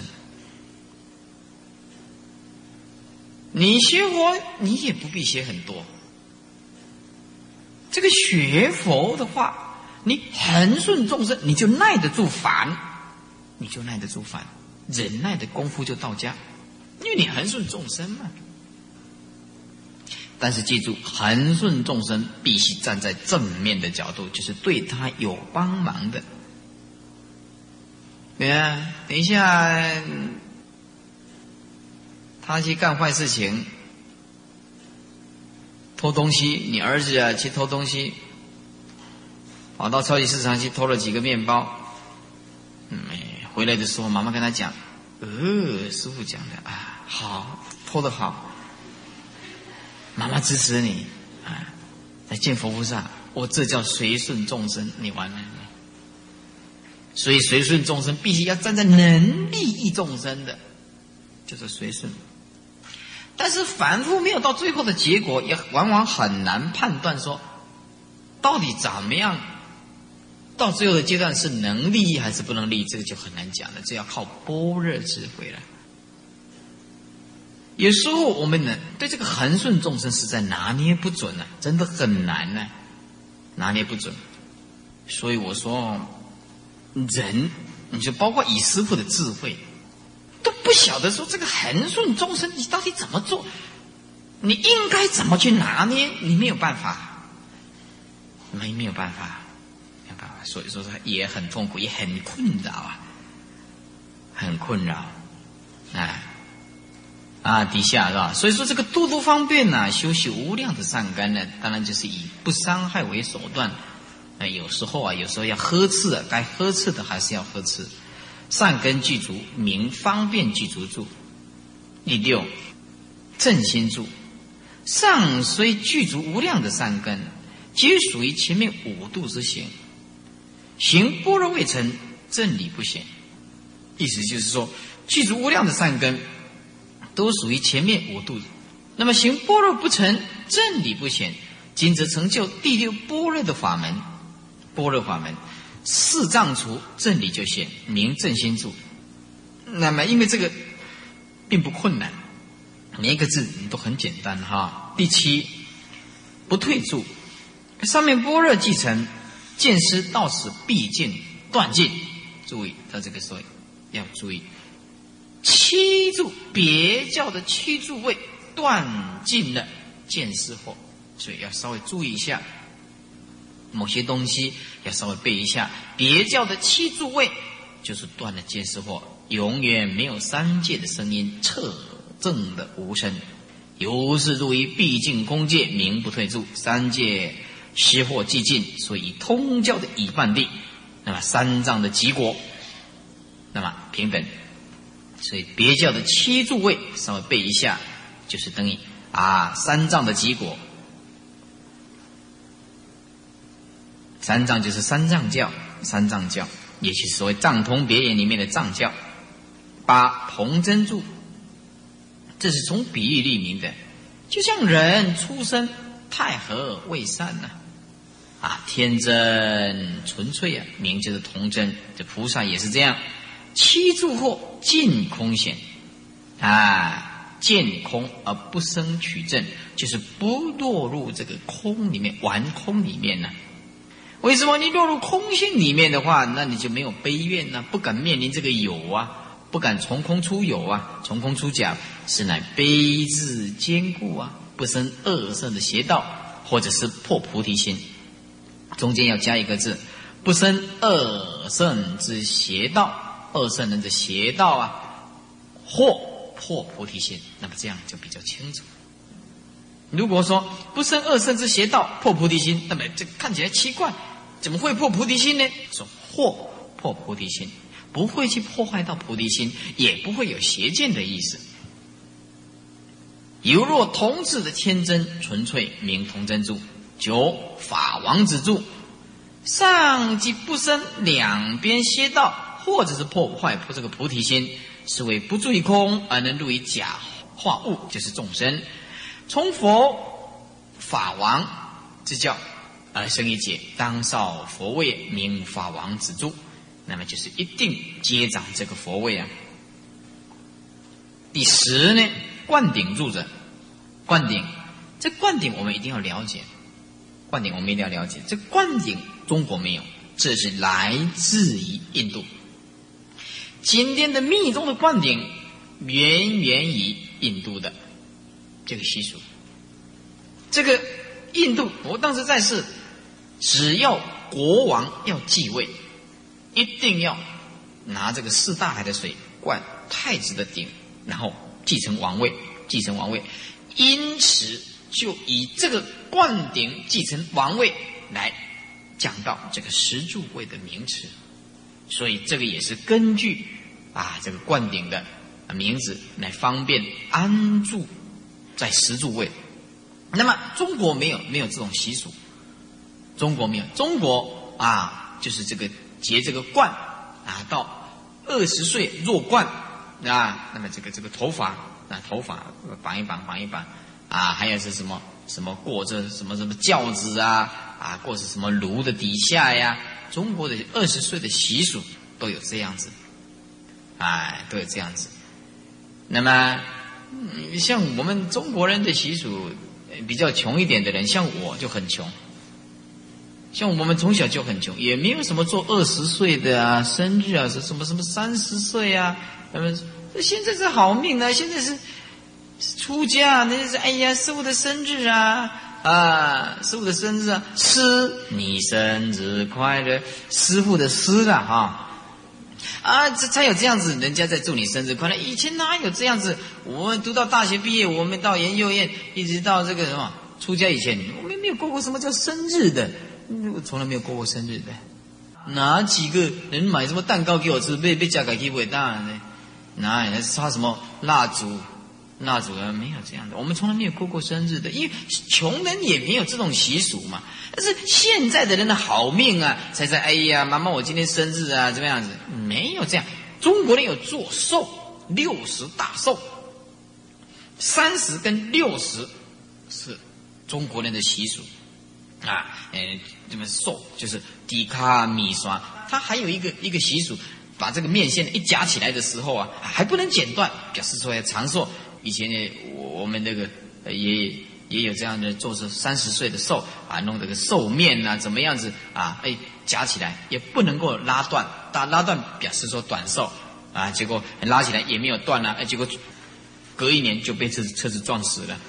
你学佛，你也不必学很多。这个学佛的话，你恒顺众生，你就耐得住烦，忍耐的功夫就到家，因为你恒顺众生嘛。但是记住，恒顺众生必须站在正面的角度，就是对他有帮忙的。对啊，等一下他去干坏事情，偷东西，你儿子去偷东西，跑到超级市场去偷了几个面包，回来的时候妈妈跟他讲，师父讲的好，偷得好，妈妈支持你来见佛菩萨，这叫随顺众生，你完了。所以随顺众生必须要站在能利益众生的，就是随顺。但是凡夫没有到最后的结果，也往往很难判断说到底怎么样，到最后的阶段是能利益还是不能利益，这个就很难讲了，这要靠般若智慧了。 有时候我们呢对这个恒顺众生实在拿捏不准啊，真的很难呢，拿捏不准。所以我说，人，你就包括以师父的智慧，都不晓得说这个恒顺众生你到底怎么做，你应该怎么去拿捏，你没有办法，没有办法，没有办法。所以说也很痛苦，也很困扰啊，很困扰，底下是吧？所以说这个度度方便呢，修习无量的善根呢，当然就是以不伤害为手段。有时候要呵斥啊，该呵斥的还是要呵斥。善根具足，名方便具足住。第六，正心住。上虽具足无量的善根，皆属于前面五度之行。行般若未成，正理不显。意思就是说，具足无量的善根，都属于前面五度。那么行般若不成，正理不显，今则成就第六般若的法门。般若法门，四障除，正理就显，名正心住。那么因为这个并不困难，每一个字都很简单哈。第七，不退住。上面般若既成，见思到此必尽断尽。注意，他这个时候要注意，七住别教的七住位断尽了见思惑，所以要稍微注意一下。某些东西要稍微背一下，别教的七住位就是断了见思惑，永远没有三界的声音，彻证的无声，由是入于毕竟空界，名不退住。三界失惑寂尽，所以通教的已办地，那么三藏的极果，那么平等。所以别教的七住位稍微背一下，就是等于三藏的极果。三藏就是三藏教，三藏教也就是所谓藏通别言里面的藏教。八，同真住，这是从比喻立名的，就像人出生太和未散呢，天真纯粹名就是童真。这菩萨也是这样，七住惑尽空显，见空而不生取证，就是不落入这个空里面，玩空里面呢。为什么你落入空性里面的话，那你就没有悲怨呢？不敢面临这个有不敢从空出有从空出假，是乃悲智坚固不生恶圣的邪道，或者是破菩提心。中间要加一个字，不生恶圣之邪道，恶圣人的邪道或破菩提心，那么这样就比较清楚。如果说不生恶圣之邪道，破菩提心，那么这看起来奇怪，怎么会破菩提心呢？说或破菩提心，不会去破坏到菩提心，也不会有邪见的意思。犹若童子的天真纯粹，名童真住。九，法王子住。上即不生两边邪道，或者是破坏这个菩提心，是为不住于空而能入于假化物，就是众生。从佛法王之教而生一解，当少佛位，名法王子住。那么就是一定接掌这个佛位第十呢，灌顶住者。灌顶，这灌顶我们一定要了解，灌顶我们一定要了解。这灌顶中国没有，这是来自于印度。今天的密宗的灌顶源于印度的这个习俗。这个印度不当时在世，只要国王要继位，一定要拿这个四大海的水灌太子的顶，然后继承王位。因此就以这个灌顶继承王位来讲到这个十住位的名词。所以这个也是根据这个灌顶的名字来方便安住在十住位。那么中国没有这种习俗，中国没有，中国就是这个结这个冠到20岁若冠那么这个头发绑一绑还有是什么过这什么轿子过是什么炉的底下呀，中国的20岁的习俗都有这样子，都有这样子。那么像我们中国人的习俗，比较穷一点的人，像我就很穷。像我们从小就很穷，也没有什么做20岁的啊，生日啊，什么30岁啊，现在是好命啊，现在是出家，那是哎呀，师父的生日啊，师父的生日啊，师你生日快乐，师父的师这才有这样子，人家在祝你生日快乐。以前哪有这样子？我们读到大学毕业，我们到研究院，一直到这个什么出家以前，我们没有过过什么叫生日的。我从来没有过过生日的，哪几个人买什么蛋糕给我吃？被加改给伟大了呢？哪里插什么蜡烛啊？没有这样的，我们从来没有过过生日的，因为穷人也没有这种习俗嘛。但是现在的人的好命啊，才在哎呀，妈妈我今天生日啊，怎么样子？没有这样。中国人有做寿，60大寿，30跟60是中国人的习俗。这么寿就是低卡米刷，它还有一个习俗，把这个面线一夹起来的时候啊，还不能剪断，表示说要长寿。以前呢，我们那个也有这样的做是30岁的寿啊，弄这个寿面啊，怎么样子啊？夹起来也不能够拉断，拉断表示说短寿啊。结果拉起来也没有断啊，结果隔1年就被车子撞死了。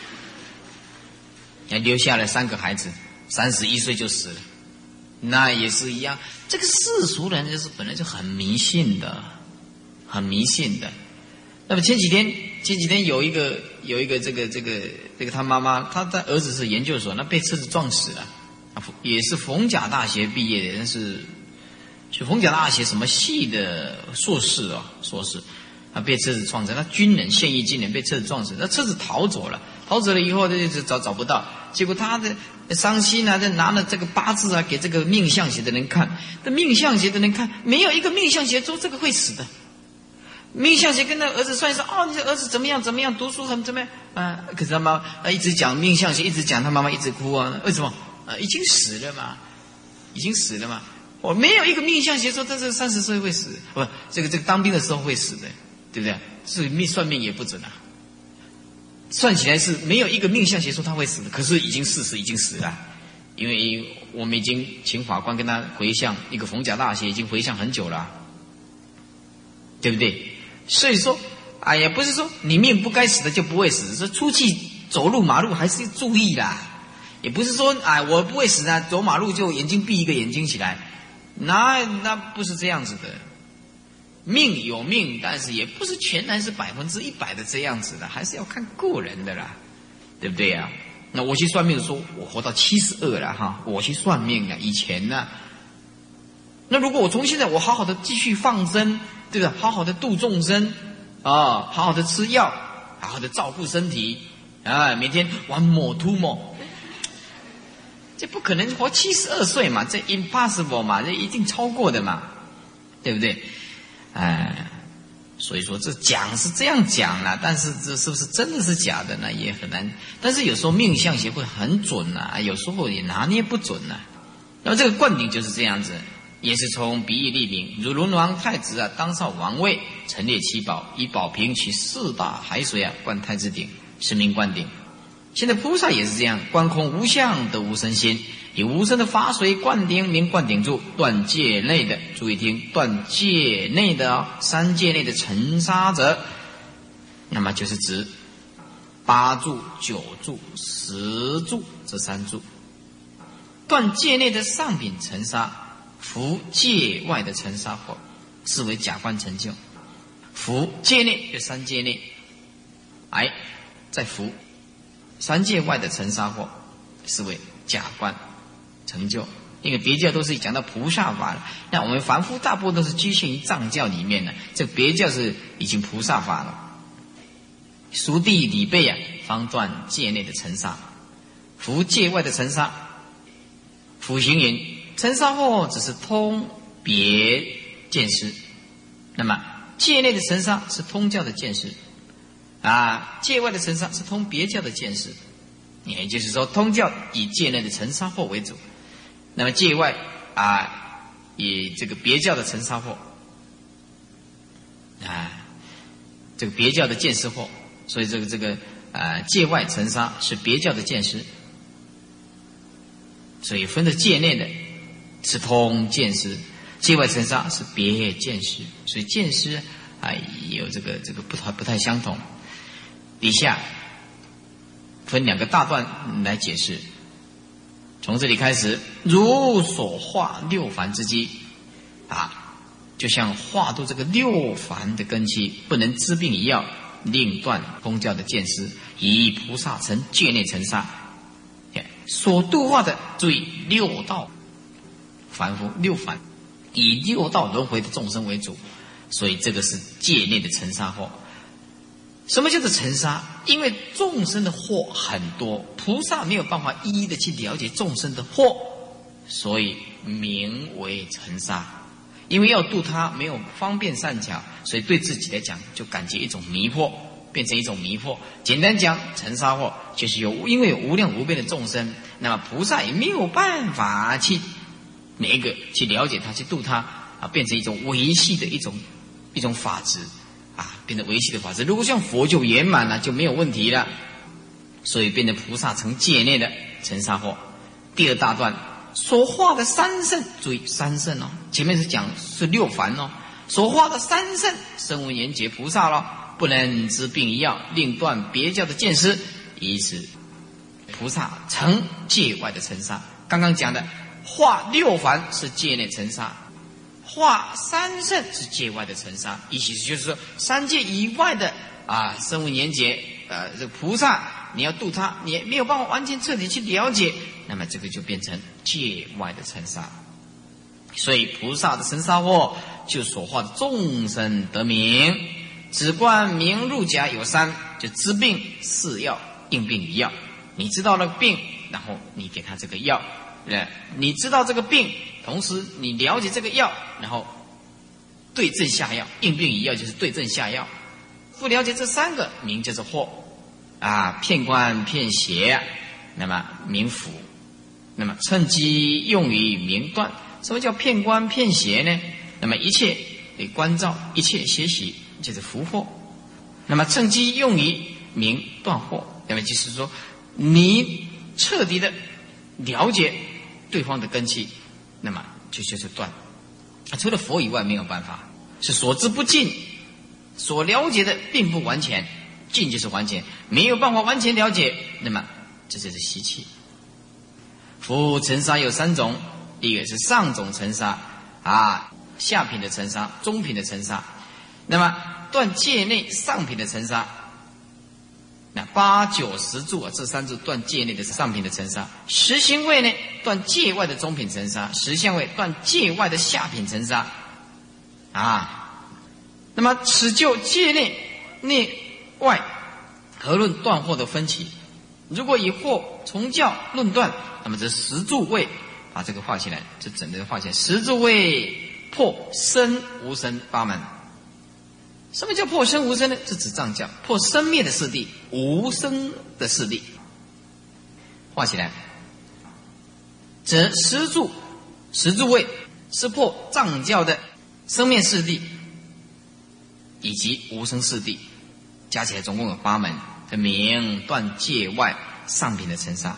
还留下了3个孩子，31岁就死了，那也是一样。这个世俗人就是本来就很迷信的，很迷信的。那么前几天有一个这个他妈妈，他的儿子是研究所，那被车子撞死了，也是逢甲大学毕业的，但是去逢甲大学什么系的硕士，他被车子撞死，他军人，现役军人被车子撞死，那车子逃走了以后，他就找不到，结果他的伤心啊，就拿了这个八字啊给这个命相学的人看，这命相学的人看，没有一个命相学说这个会死的。命相学跟他儿子算一算，你这儿子怎么样，读书很怎么样啊？可是他妈一直讲命相学，一直讲，他妈妈一直哭啊，为什么？已经死了嘛。我没有一个命相学说他这30岁会死，不，这个当兵的时候会死的，对不对？所以算命也不准啊。算起来是没有一个命相学说他会死的，可是已经事实已经死了，因为我们已经请法官跟他回向，一个逢甲大学已经回向很久了，对不对？所以说，不是说你命不该死的就不会死，是出去走路马路还是注意啦，也不是说我不会死啊，走马路就眼睛闭一个眼睛起来，那不是这样子的。命有命，但是也不是全然是100%的这样子的，还是要看个人的啦，对不对啊？那我去算命的时候，我活到72了我去算命以前呢，那如果我从现在我好好的继续放生，对不对？好好的度众生好好的吃药，好好的照顾身体每天玩某突某，这不可能活72岁嘛，这 impossible 嘛，这一定超过的嘛，对不对？所以说这讲是这样讲啦，但是这是不是真的是假的呢？也很难。但是有时候命相学会很准有时候也拿捏不准那么这个灌顶就是这样子，也是从比喻立名，如轮王太子当上王位，陈列7宝，以宝瓶取4大海水灌太子顶，是名灌顶。现在菩萨也是这样，观空无相得无生心，以无生的法水灌顶，名灌顶柱。断界内的，注意听，断界内的3界内的尘沙者，那么就是指8柱、9柱、10柱这3柱。断界内的上品尘沙，服界外的尘沙后，视为假观成就。服界内就3界内，再服3界外的尘沙后，视为假观成就。因为别教都是讲到菩萨法了，那我们凡夫大部分都是局限于藏教里面的，这别教是已经菩萨法了。熟地理备方断界内的尘沙，服界外的尘沙。辅行云，尘沙后只是通别见识，那么界内的尘沙是通教的见识界外的尘沙是通别教的见识。也就是说，通教以界内的尘沙惑为主，那么界外以这个别教的尘沙惑这个别教的见识惑所以这个界外尘沙是别教的见识，所以分的界内的是通见识，界外尘沙是别见识，所以见识有这个不太相同。底下分2个大段来解释。从这里开始，如所化6凡之机就像化度这个6凡的根器，不能治病一药，令断空教的见识，以菩萨成界内尘沙。所度化的，注意6道凡夫6凡，以6道轮回的众生为主，所以这个是界内的尘沙惑。什么叫做尘沙？因为众生的惑很多，菩萨没有办法一一的去了解众生的惑，所以名为尘沙。因为要度他没有方便善巧，所以对自己来讲就感觉一种迷惑，变成一种迷惑。简单讲，尘沙惑就是因为有无量无边的众生，那么菩萨也没有办法去每一个去了解他，去度他变成一种维系的一种法执变成维系的法执。如果像佛就圆满了，就没有问题了，所以变成菩萨成界内的尘沙惑。第2大段所化的3圣，注意3圣前面是讲是6凡所化的3圣，声闻缘觉菩萨不能治病一药，令断别教的见识，以此菩萨成界外的尘沙。刚刚讲的化6凡是界内尘沙，化3圣是界外的尘沙，意思就是说3界以外的声闻缘觉这个菩萨，你要度他，你也没有办法完全彻底去了解，那么这个就变成界外的尘沙。所以菩萨的尘沙惑，就所化的众生得名，只观名入甲有3，就知病是药，应病一药。你知道了病，然后你给他这个药，你知道这个病，同时你了解这个药，然后对症下药，应病一药就是对症下药。不了解这3个，名就是惑骗观骗邪，那么名辅，那么趁机用于名断。什么叫骗观骗邪呢？那么一切观照，一切学习就是福惑，那么趁机用于名断惑。那么就是说你彻底的了解对方的根器，那么就是断。除了佛以外没有办法，是所知不尽，所了解的并不完全，尽就是完全，没有办法完全了解，那么这就是习气。夫尘沙有3种，第一个是上种尘沙下品的尘沙，中品的尘沙。那么断界内上品的尘沙，那8、9、10住这3住断界内的上品的尘沙。10行位呢，断界外的中品尘沙。10相位断界外的下品尘沙那么此就界内外何论断惑的分歧。如果以惑从教论断，那么这10住位把这个画起来，这整个画起来，10住位破生无生8门。什么叫破生无生呢？是指藏教破生灭的势力，无生的势力。画起来，则10住位是破藏教的生灭势力以及无生势力，加起来总共有8门，这名断界外上品的尘沙。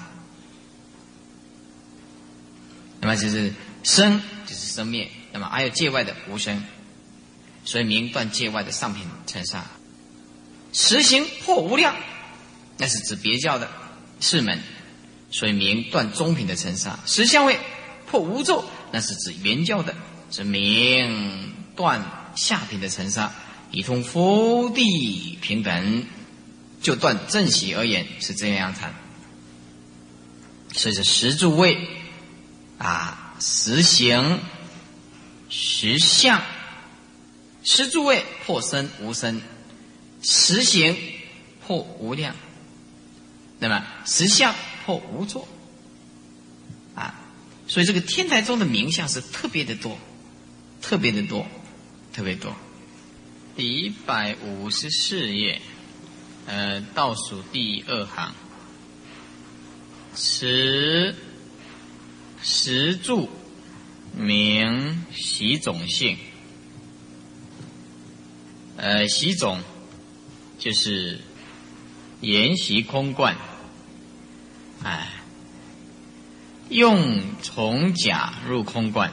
那么就是生就是生灭，那么还有界外的无生，所以名断界外的上品尘沙。10行破无量，那是指别教的4门，所以名断中品的尘沙。10相位破无咒，那是指原教的，是名断下品的尘沙。以通佛地平等，就断正习而言是这样谈。所以是10住位10行10相，10住位破生无生，10行破无量，那么10相破无作所以这个天台宗的名相是特别的多，特别的多，特别多。第154页倒数第2行，10住名习种性。习种就是沿袭空观，用从假入空观，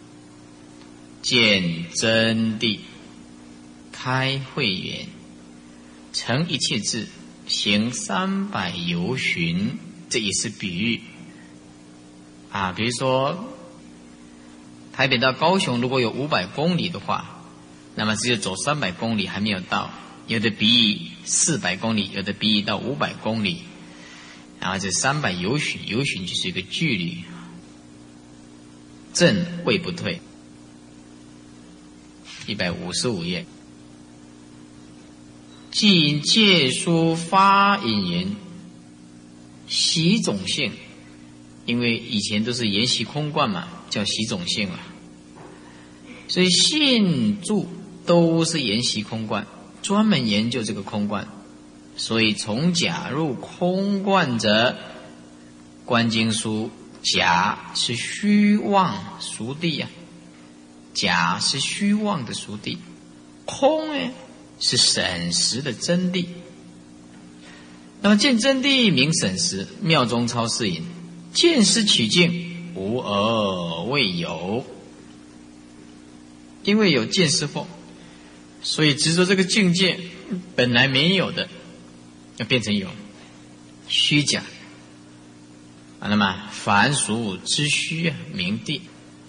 见真谛，开慧眼，成一切智，行300由旬，这也是比喻比如说台北到高雄如果有500公里的话，那么只有走300公里还没有到，有的比喻400公里，有的比喻到500公里，然后这300由旬，由旬就是一个距离，正位不退。155页，即因戒书发引言，习种性，因为以前都是沿袭空观嘛，叫习种性嘛，所以信住都是沿袭空观，专门研究这个空观。所以从假入空观者，观经书，假是虚妄熟谛假是虚妄的熟谛，空是审实的真谛。那么见真谛名审实，妙中超世隐，见思取境，无而未有。因为有见思惑，所以执着这个境界本来没有的，要变成有，虚假那么凡俗之虚名谛，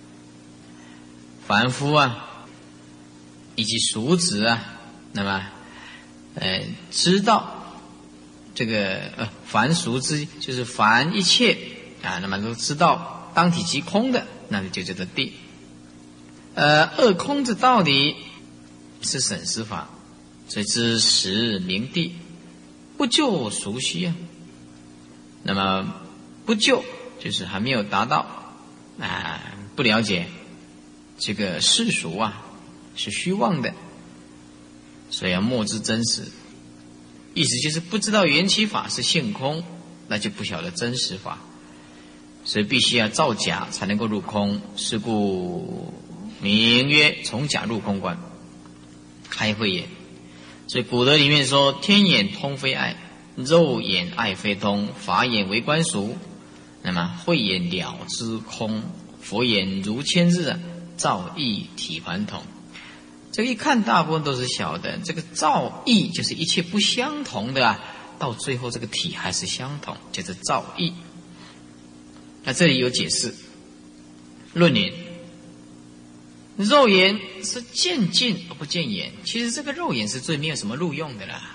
凡夫以及俗子那么知道这个凡俗之就是凡一切那么都知道当体即空的，那就叫做谛。二空之道理是审实法，所以知实名谛，不就俗虚那么不就就是还没有达到不了解这个世俗是虚妄的，所以要莫知真实。意思就是不知道缘起法是性空，那就不晓得真实法，所以必须要造假才能够入空。是故名曰从假入空观，开慧眼。所以古德里面说，天眼通非爱，肉眼爱非通，法眼为观俗，那么慧眼了知空，佛眼如千日照异体还同。这个一看大部分都是小的，这个照异就是一切不相同的到最后这个体还是相同，叫做照异。那这里有解释，论言肉眼是见尽而不见眼，其实这个肉眼是最没有什么路用的啦，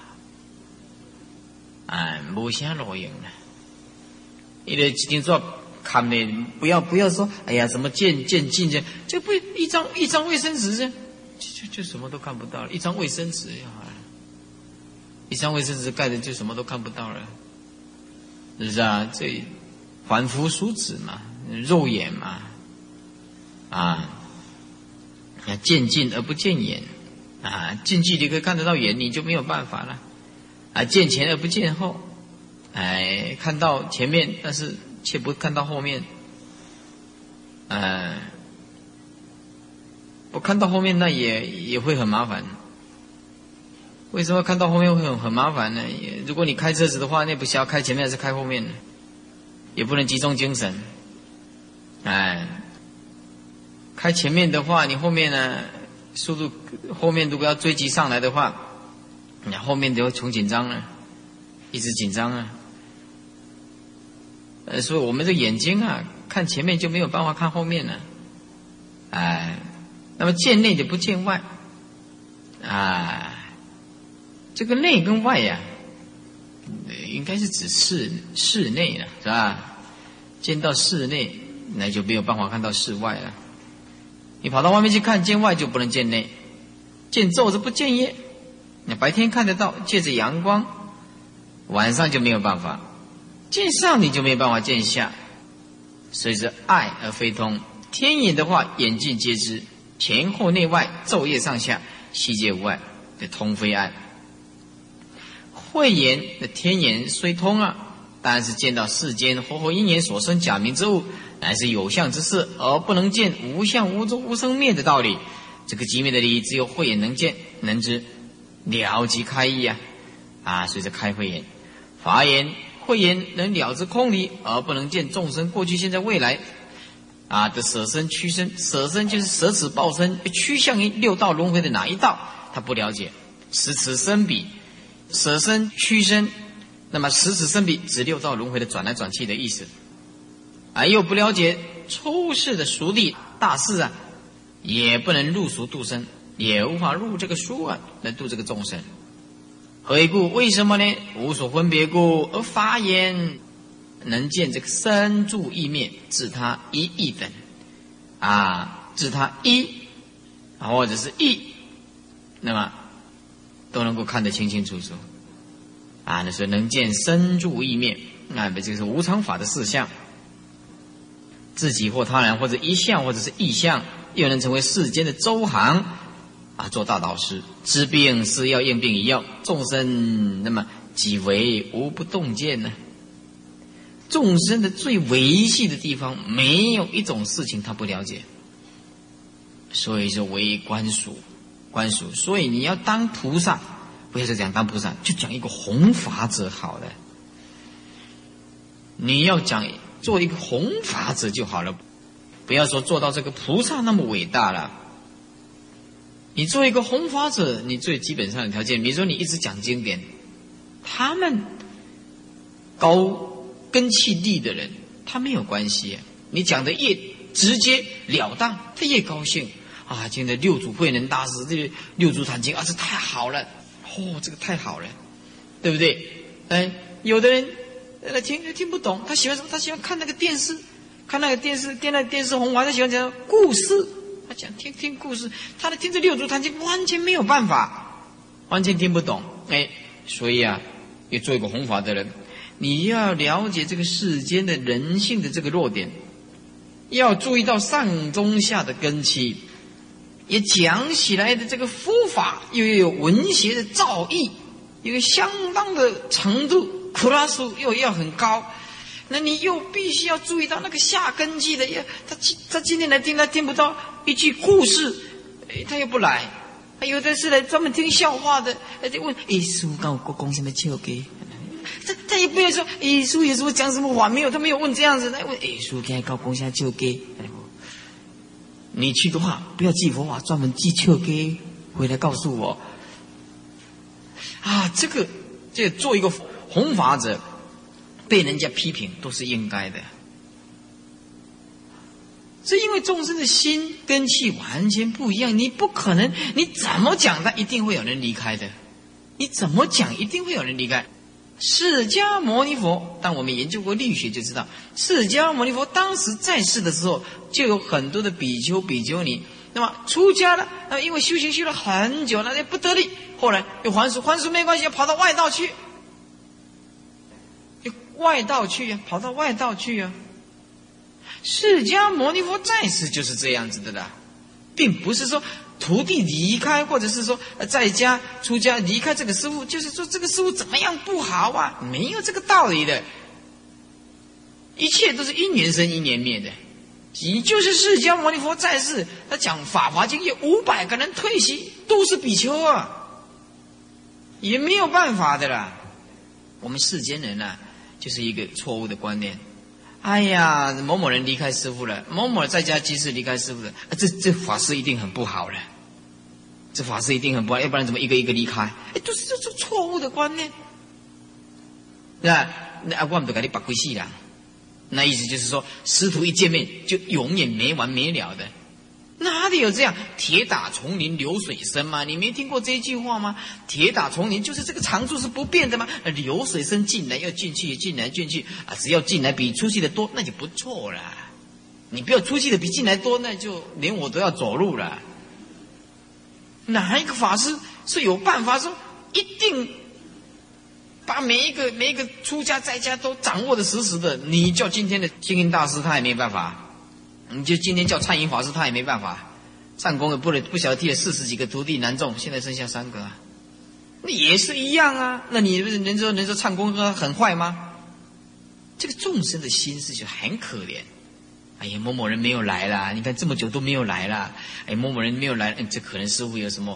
没啥路用啦。因为今天做看的，不要说，哎呀，什么见尽这不一张卫生纸就什么都看不到了，一张卫生纸就好了，一张卫生纸盖着就什么都看不到了，是不是这凡夫俗子嘛，肉眼嘛，见尽而不见眼近距离可以看得到眼，你就没有办法了见前而不见后，看到前面，但是却不看到后面，不看到后面那也会很麻烦。为什么看到后面会很麻烦呢？如果你开车子的话，那不晓得开前面还是开后面呢，也不能集中精神。开前面的话，你后面呢速度后面如果要追击上来的话，你后面就会穷紧张了，一直紧张所以我们的眼睛看前面就没有办法看后面了。那么见内的不见外这个内跟外应该是指室内了，是吧？见到室内，那就没有办法看到室外了。你跑到外面去看，见外就不能见内，见昼是不见夜。你白天看得到，借着阳光，晚上就没有办法。见上你就没有办法见下，所以是爱而非通。天眼的话，眼尽皆知，前后内外，昼夜上下，悉皆无碍，这通非爱。慧眼的天眼虽通但是见到世间活活因缘所生假名之物，乃是有相之事，而不能见无相无终无生灭的道理。这个极灭的理，只有慧眼能见能知，了即开意所以这开慧眼。 法眼、慧眼能了知空理，而不能见众生过去、现在、未来的舍身屈身。舍身就是舍此报身，趋向于六道轮回的哪一道，他不了解。使此生彼，舍身屈身，那么使此生彼指六道轮回的转来转去的意思。又不了解出世的俗谛大事也不能入俗度生，也无法入这个俗来度这个众生。何以故？为什么呢？无所分别故，而法眼能见这个生住意灭，自他一义等自他一或者是义，那么都能够看得清清楚楚那是能见生住意灭，这就是无常法的事项。自己或他人，或者一相，或者是异相，又能成为世间的周行做大导师。知病是药，验病一药，众生那么几为无不洞见呢？众生的最维系的地方，没有一种事情他不了解。所以说为观属，观属。所以你要当菩萨，不要再讲当菩萨，就讲一个弘法者好了。你要讲做一个弘法者就好了，不要说做到这个菩萨那么伟大了。你做一个弘法者，你最基本上的条件，比如说你一直讲经典，他们高根器利的人，他没有关系你讲的越直截了当，他越高兴今天六祖慧能大师这个六祖坛经这太好了这个太好了，对不对？有的人听不懂，他喜欢什么？他喜欢看那个电视，看那个电视红华，他喜欢讲故事，他讲听故事，他听这六祖坛经完全没有办法，完全听不懂。所以要做一个弘法的人，你要了解这个世间的人性的这个弱点，要注意到上中下的根基，也讲起来的这个佛法又有文学的造诣，有相当的程度。克拉数又要很高，那你又必须要注意到那个下根基的，他今天来听他听不到一句故事，他又不来，有的是来专门听笑话的，就问书跟我讲什么笑话，他也不会说书有时候讲什么话，没有，他没有问这样子，他问书跟我讲什么笑话。你去的话不要记佛法，专门记笑话回来告诉我这个做一个弘法者被人家批评都是应该的，是因为众生的心根器完全不一样，你不可能，你怎么讲他一定会有人离开的，你怎么讲一定会有人离开。释迦牟尼佛，当我们研究过力学就知道，释迦牟尼佛当时在世的时候，就有很多的比丘比丘尼，那么出家了，那么因为修行修了很久了，那不得力，后来又还俗没关系，跑到外道去。跑到外道去释迦牟尼佛在世就是这样子的啦，并不是说徒弟离开，或者是说在家出家离开这个师父，就是说这个师父怎么样不好没有这个道理的，一切都是因缘生因缘灭的。也就是释迦牟尼佛在世，他讲《法华经》有500个人退席，都是比丘也没有办法的啦。我们世间人就是一个错误的观念。某某人离开师父了，某某在家居士离开师父了，这法师一定很不好了，这法师一定很不好，要不然怎么一个一个离开？都是这错误的观念，是吧？我们都给你把归系了，那意思就是说，师徒一见面就永远没完没了的。哪里有这样？铁打从林流水深嘛？你没听过这句话吗？铁打从林就是这个常数是不变的吗？流水深，进来要进去，进来进去只要进来比出去的多，那就不错了。你不要出去的比进来多，那就连我都要走路了。哪一个法师是有办法说一定把每一个出家在家都掌握的死死的？你叫今天的星云大师他也没办法。你就今天叫忏云法师，他也没办法。禅公也不晓得替了40几个徒弟难中，现在剩下3个那也是一样那你人说禅公很坏吗？这个众生的心思就很可怜。某某人没有来啦，你看这么久都没有来啦。某某人没有来，这可能师父有什么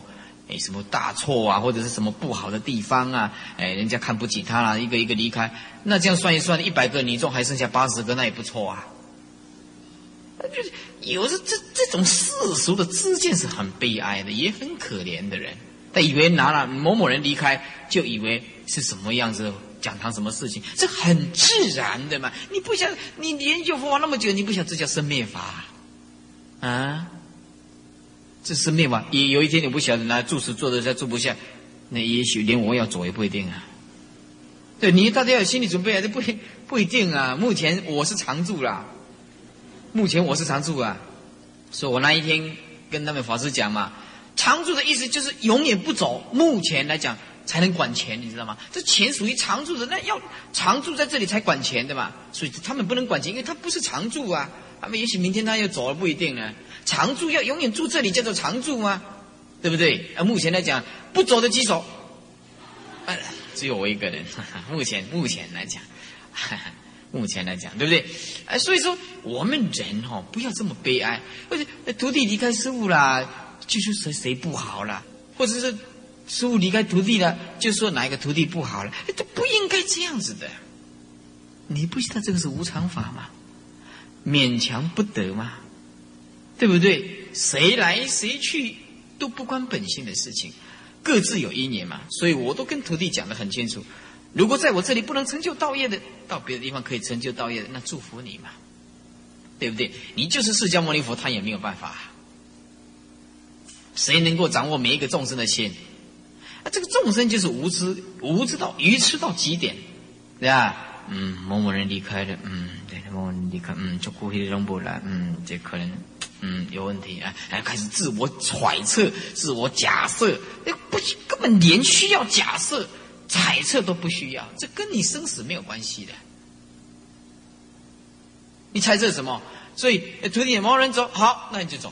什么大错啊，或者是什么不好的地方啊，人家看不起他啦，一个一个离开，那这样算一算，100个你中还剩下80个，那也不错啊。就是有时这种世俗的知见是很悲哀的，也很可怜的人。他以为拿了某某人离开，就以为是什么样子讲堂什么事情，这很自然的嘛。你不想你研究佛法那么久，你不想这叫生灭法啊？这生灭法，也有一天你不晓得拿住持坐得下坐不下，那也许连我要走也不一定啊。对，你大家要有心理准备啊，这不一定啊。目前我是常住啦。所以我那一天跟他们法师讲嘛，常住的意思就是永远不走，目前来讲才能管钱，你知道吗？这钱属于常住的，那要常住在这里才管钱的嘛，所以他们不能管钱，因为他不是常住啊，他们也许明天他又走了不一定呢。常住要永远住这里叫做常住吗？对不对？目前来讲不走的举手，只有我一个人，目前来讲。目前来讲，对不对？所以说我们人不要这么悲哀，或者徒弟离开师父啦，就说谁不好啦，或者是师父离开徒弟了，就说哪一个徒弟不好了，这不应该这样子的。你不知道这个是无常法吗？勉强不得吗？对不对？谁来谁去都不关本性的事情，各自有因缘嘛。所以我都跟徒弟讲得很清楚。如果在我这里不能成就道业的，到别的地方可以成就道业的，那祝福你嘛，对不对？你就是释迦牟尼佛，他也没有办法。谁能够掌握每一个众生的心？这个众生就是无知到愚痴到极点，对吧？某某人离开了，对，某某人离开，就故意扔不来，这可能，有问题啊，开始自我揣测、自我假设，根本连需要假设。猜测都不需要，这跟你生死没有关系的。你猜测什么？所以徒弟某人走，好，那你就走。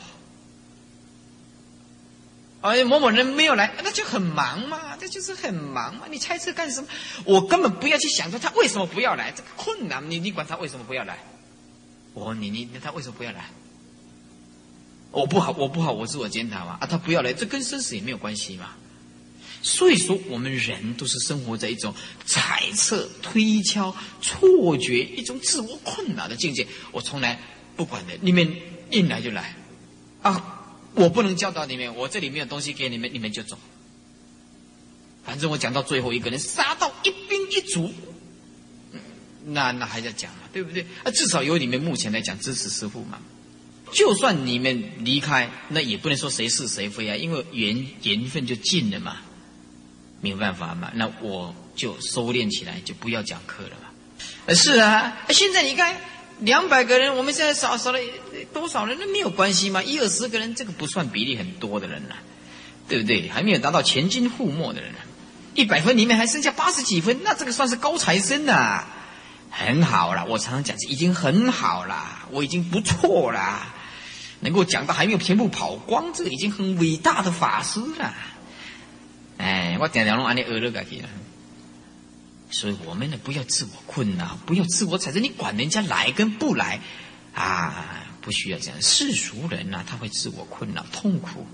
某某人没有来，那就很忙嘛，这就是很忙嘛。你猜测干什么？我根本不要去想说他为什么不要来，这个困难，你管他为什么不要来？我问你他为什么不要来？我不好，我自我检讨嘛。他不要来，这跟生死也没有关系嘛。所以说我们人都是生活在一种猜测、推敲、错觉，一种自我困扰的境界。我从来不管的，你们硬来就来啊！我不能教导你们，我这里没有东西给你们，你们就走。反正我讲到最后一个人杀到一兵一卒，那还在讲嘛，对不对？至少由你们目前来讲支持师父嘛。就算你们离开，那也不能说谁是谁非啊，因为缘分就尽了嘛。没有办法嘛，那我就收敛起来，就不要讲课了嘛。是啊，现在你看200个人，我们现在少了多少人？那没有关系嘛，10-20个人，这个不算比例很多的人了，对不对？还没有达到全军覆没的人，100分里面还剩下80几分，那这个算是高材生啊，很好了。我常常讲，已经很好了，我已经不错了，能够讲到还没有全部跑光，这个已经很伟大的法师了。我常常拢安尼学了下去了。所以我们呢，不要自我困扰，不要自我猜测，你管人家来跟不来啊，不需要这样。世俗人啊，他会自我困扰、痛苦。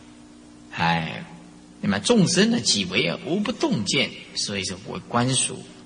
那么众生呢，己为而无不动见，所以说我观属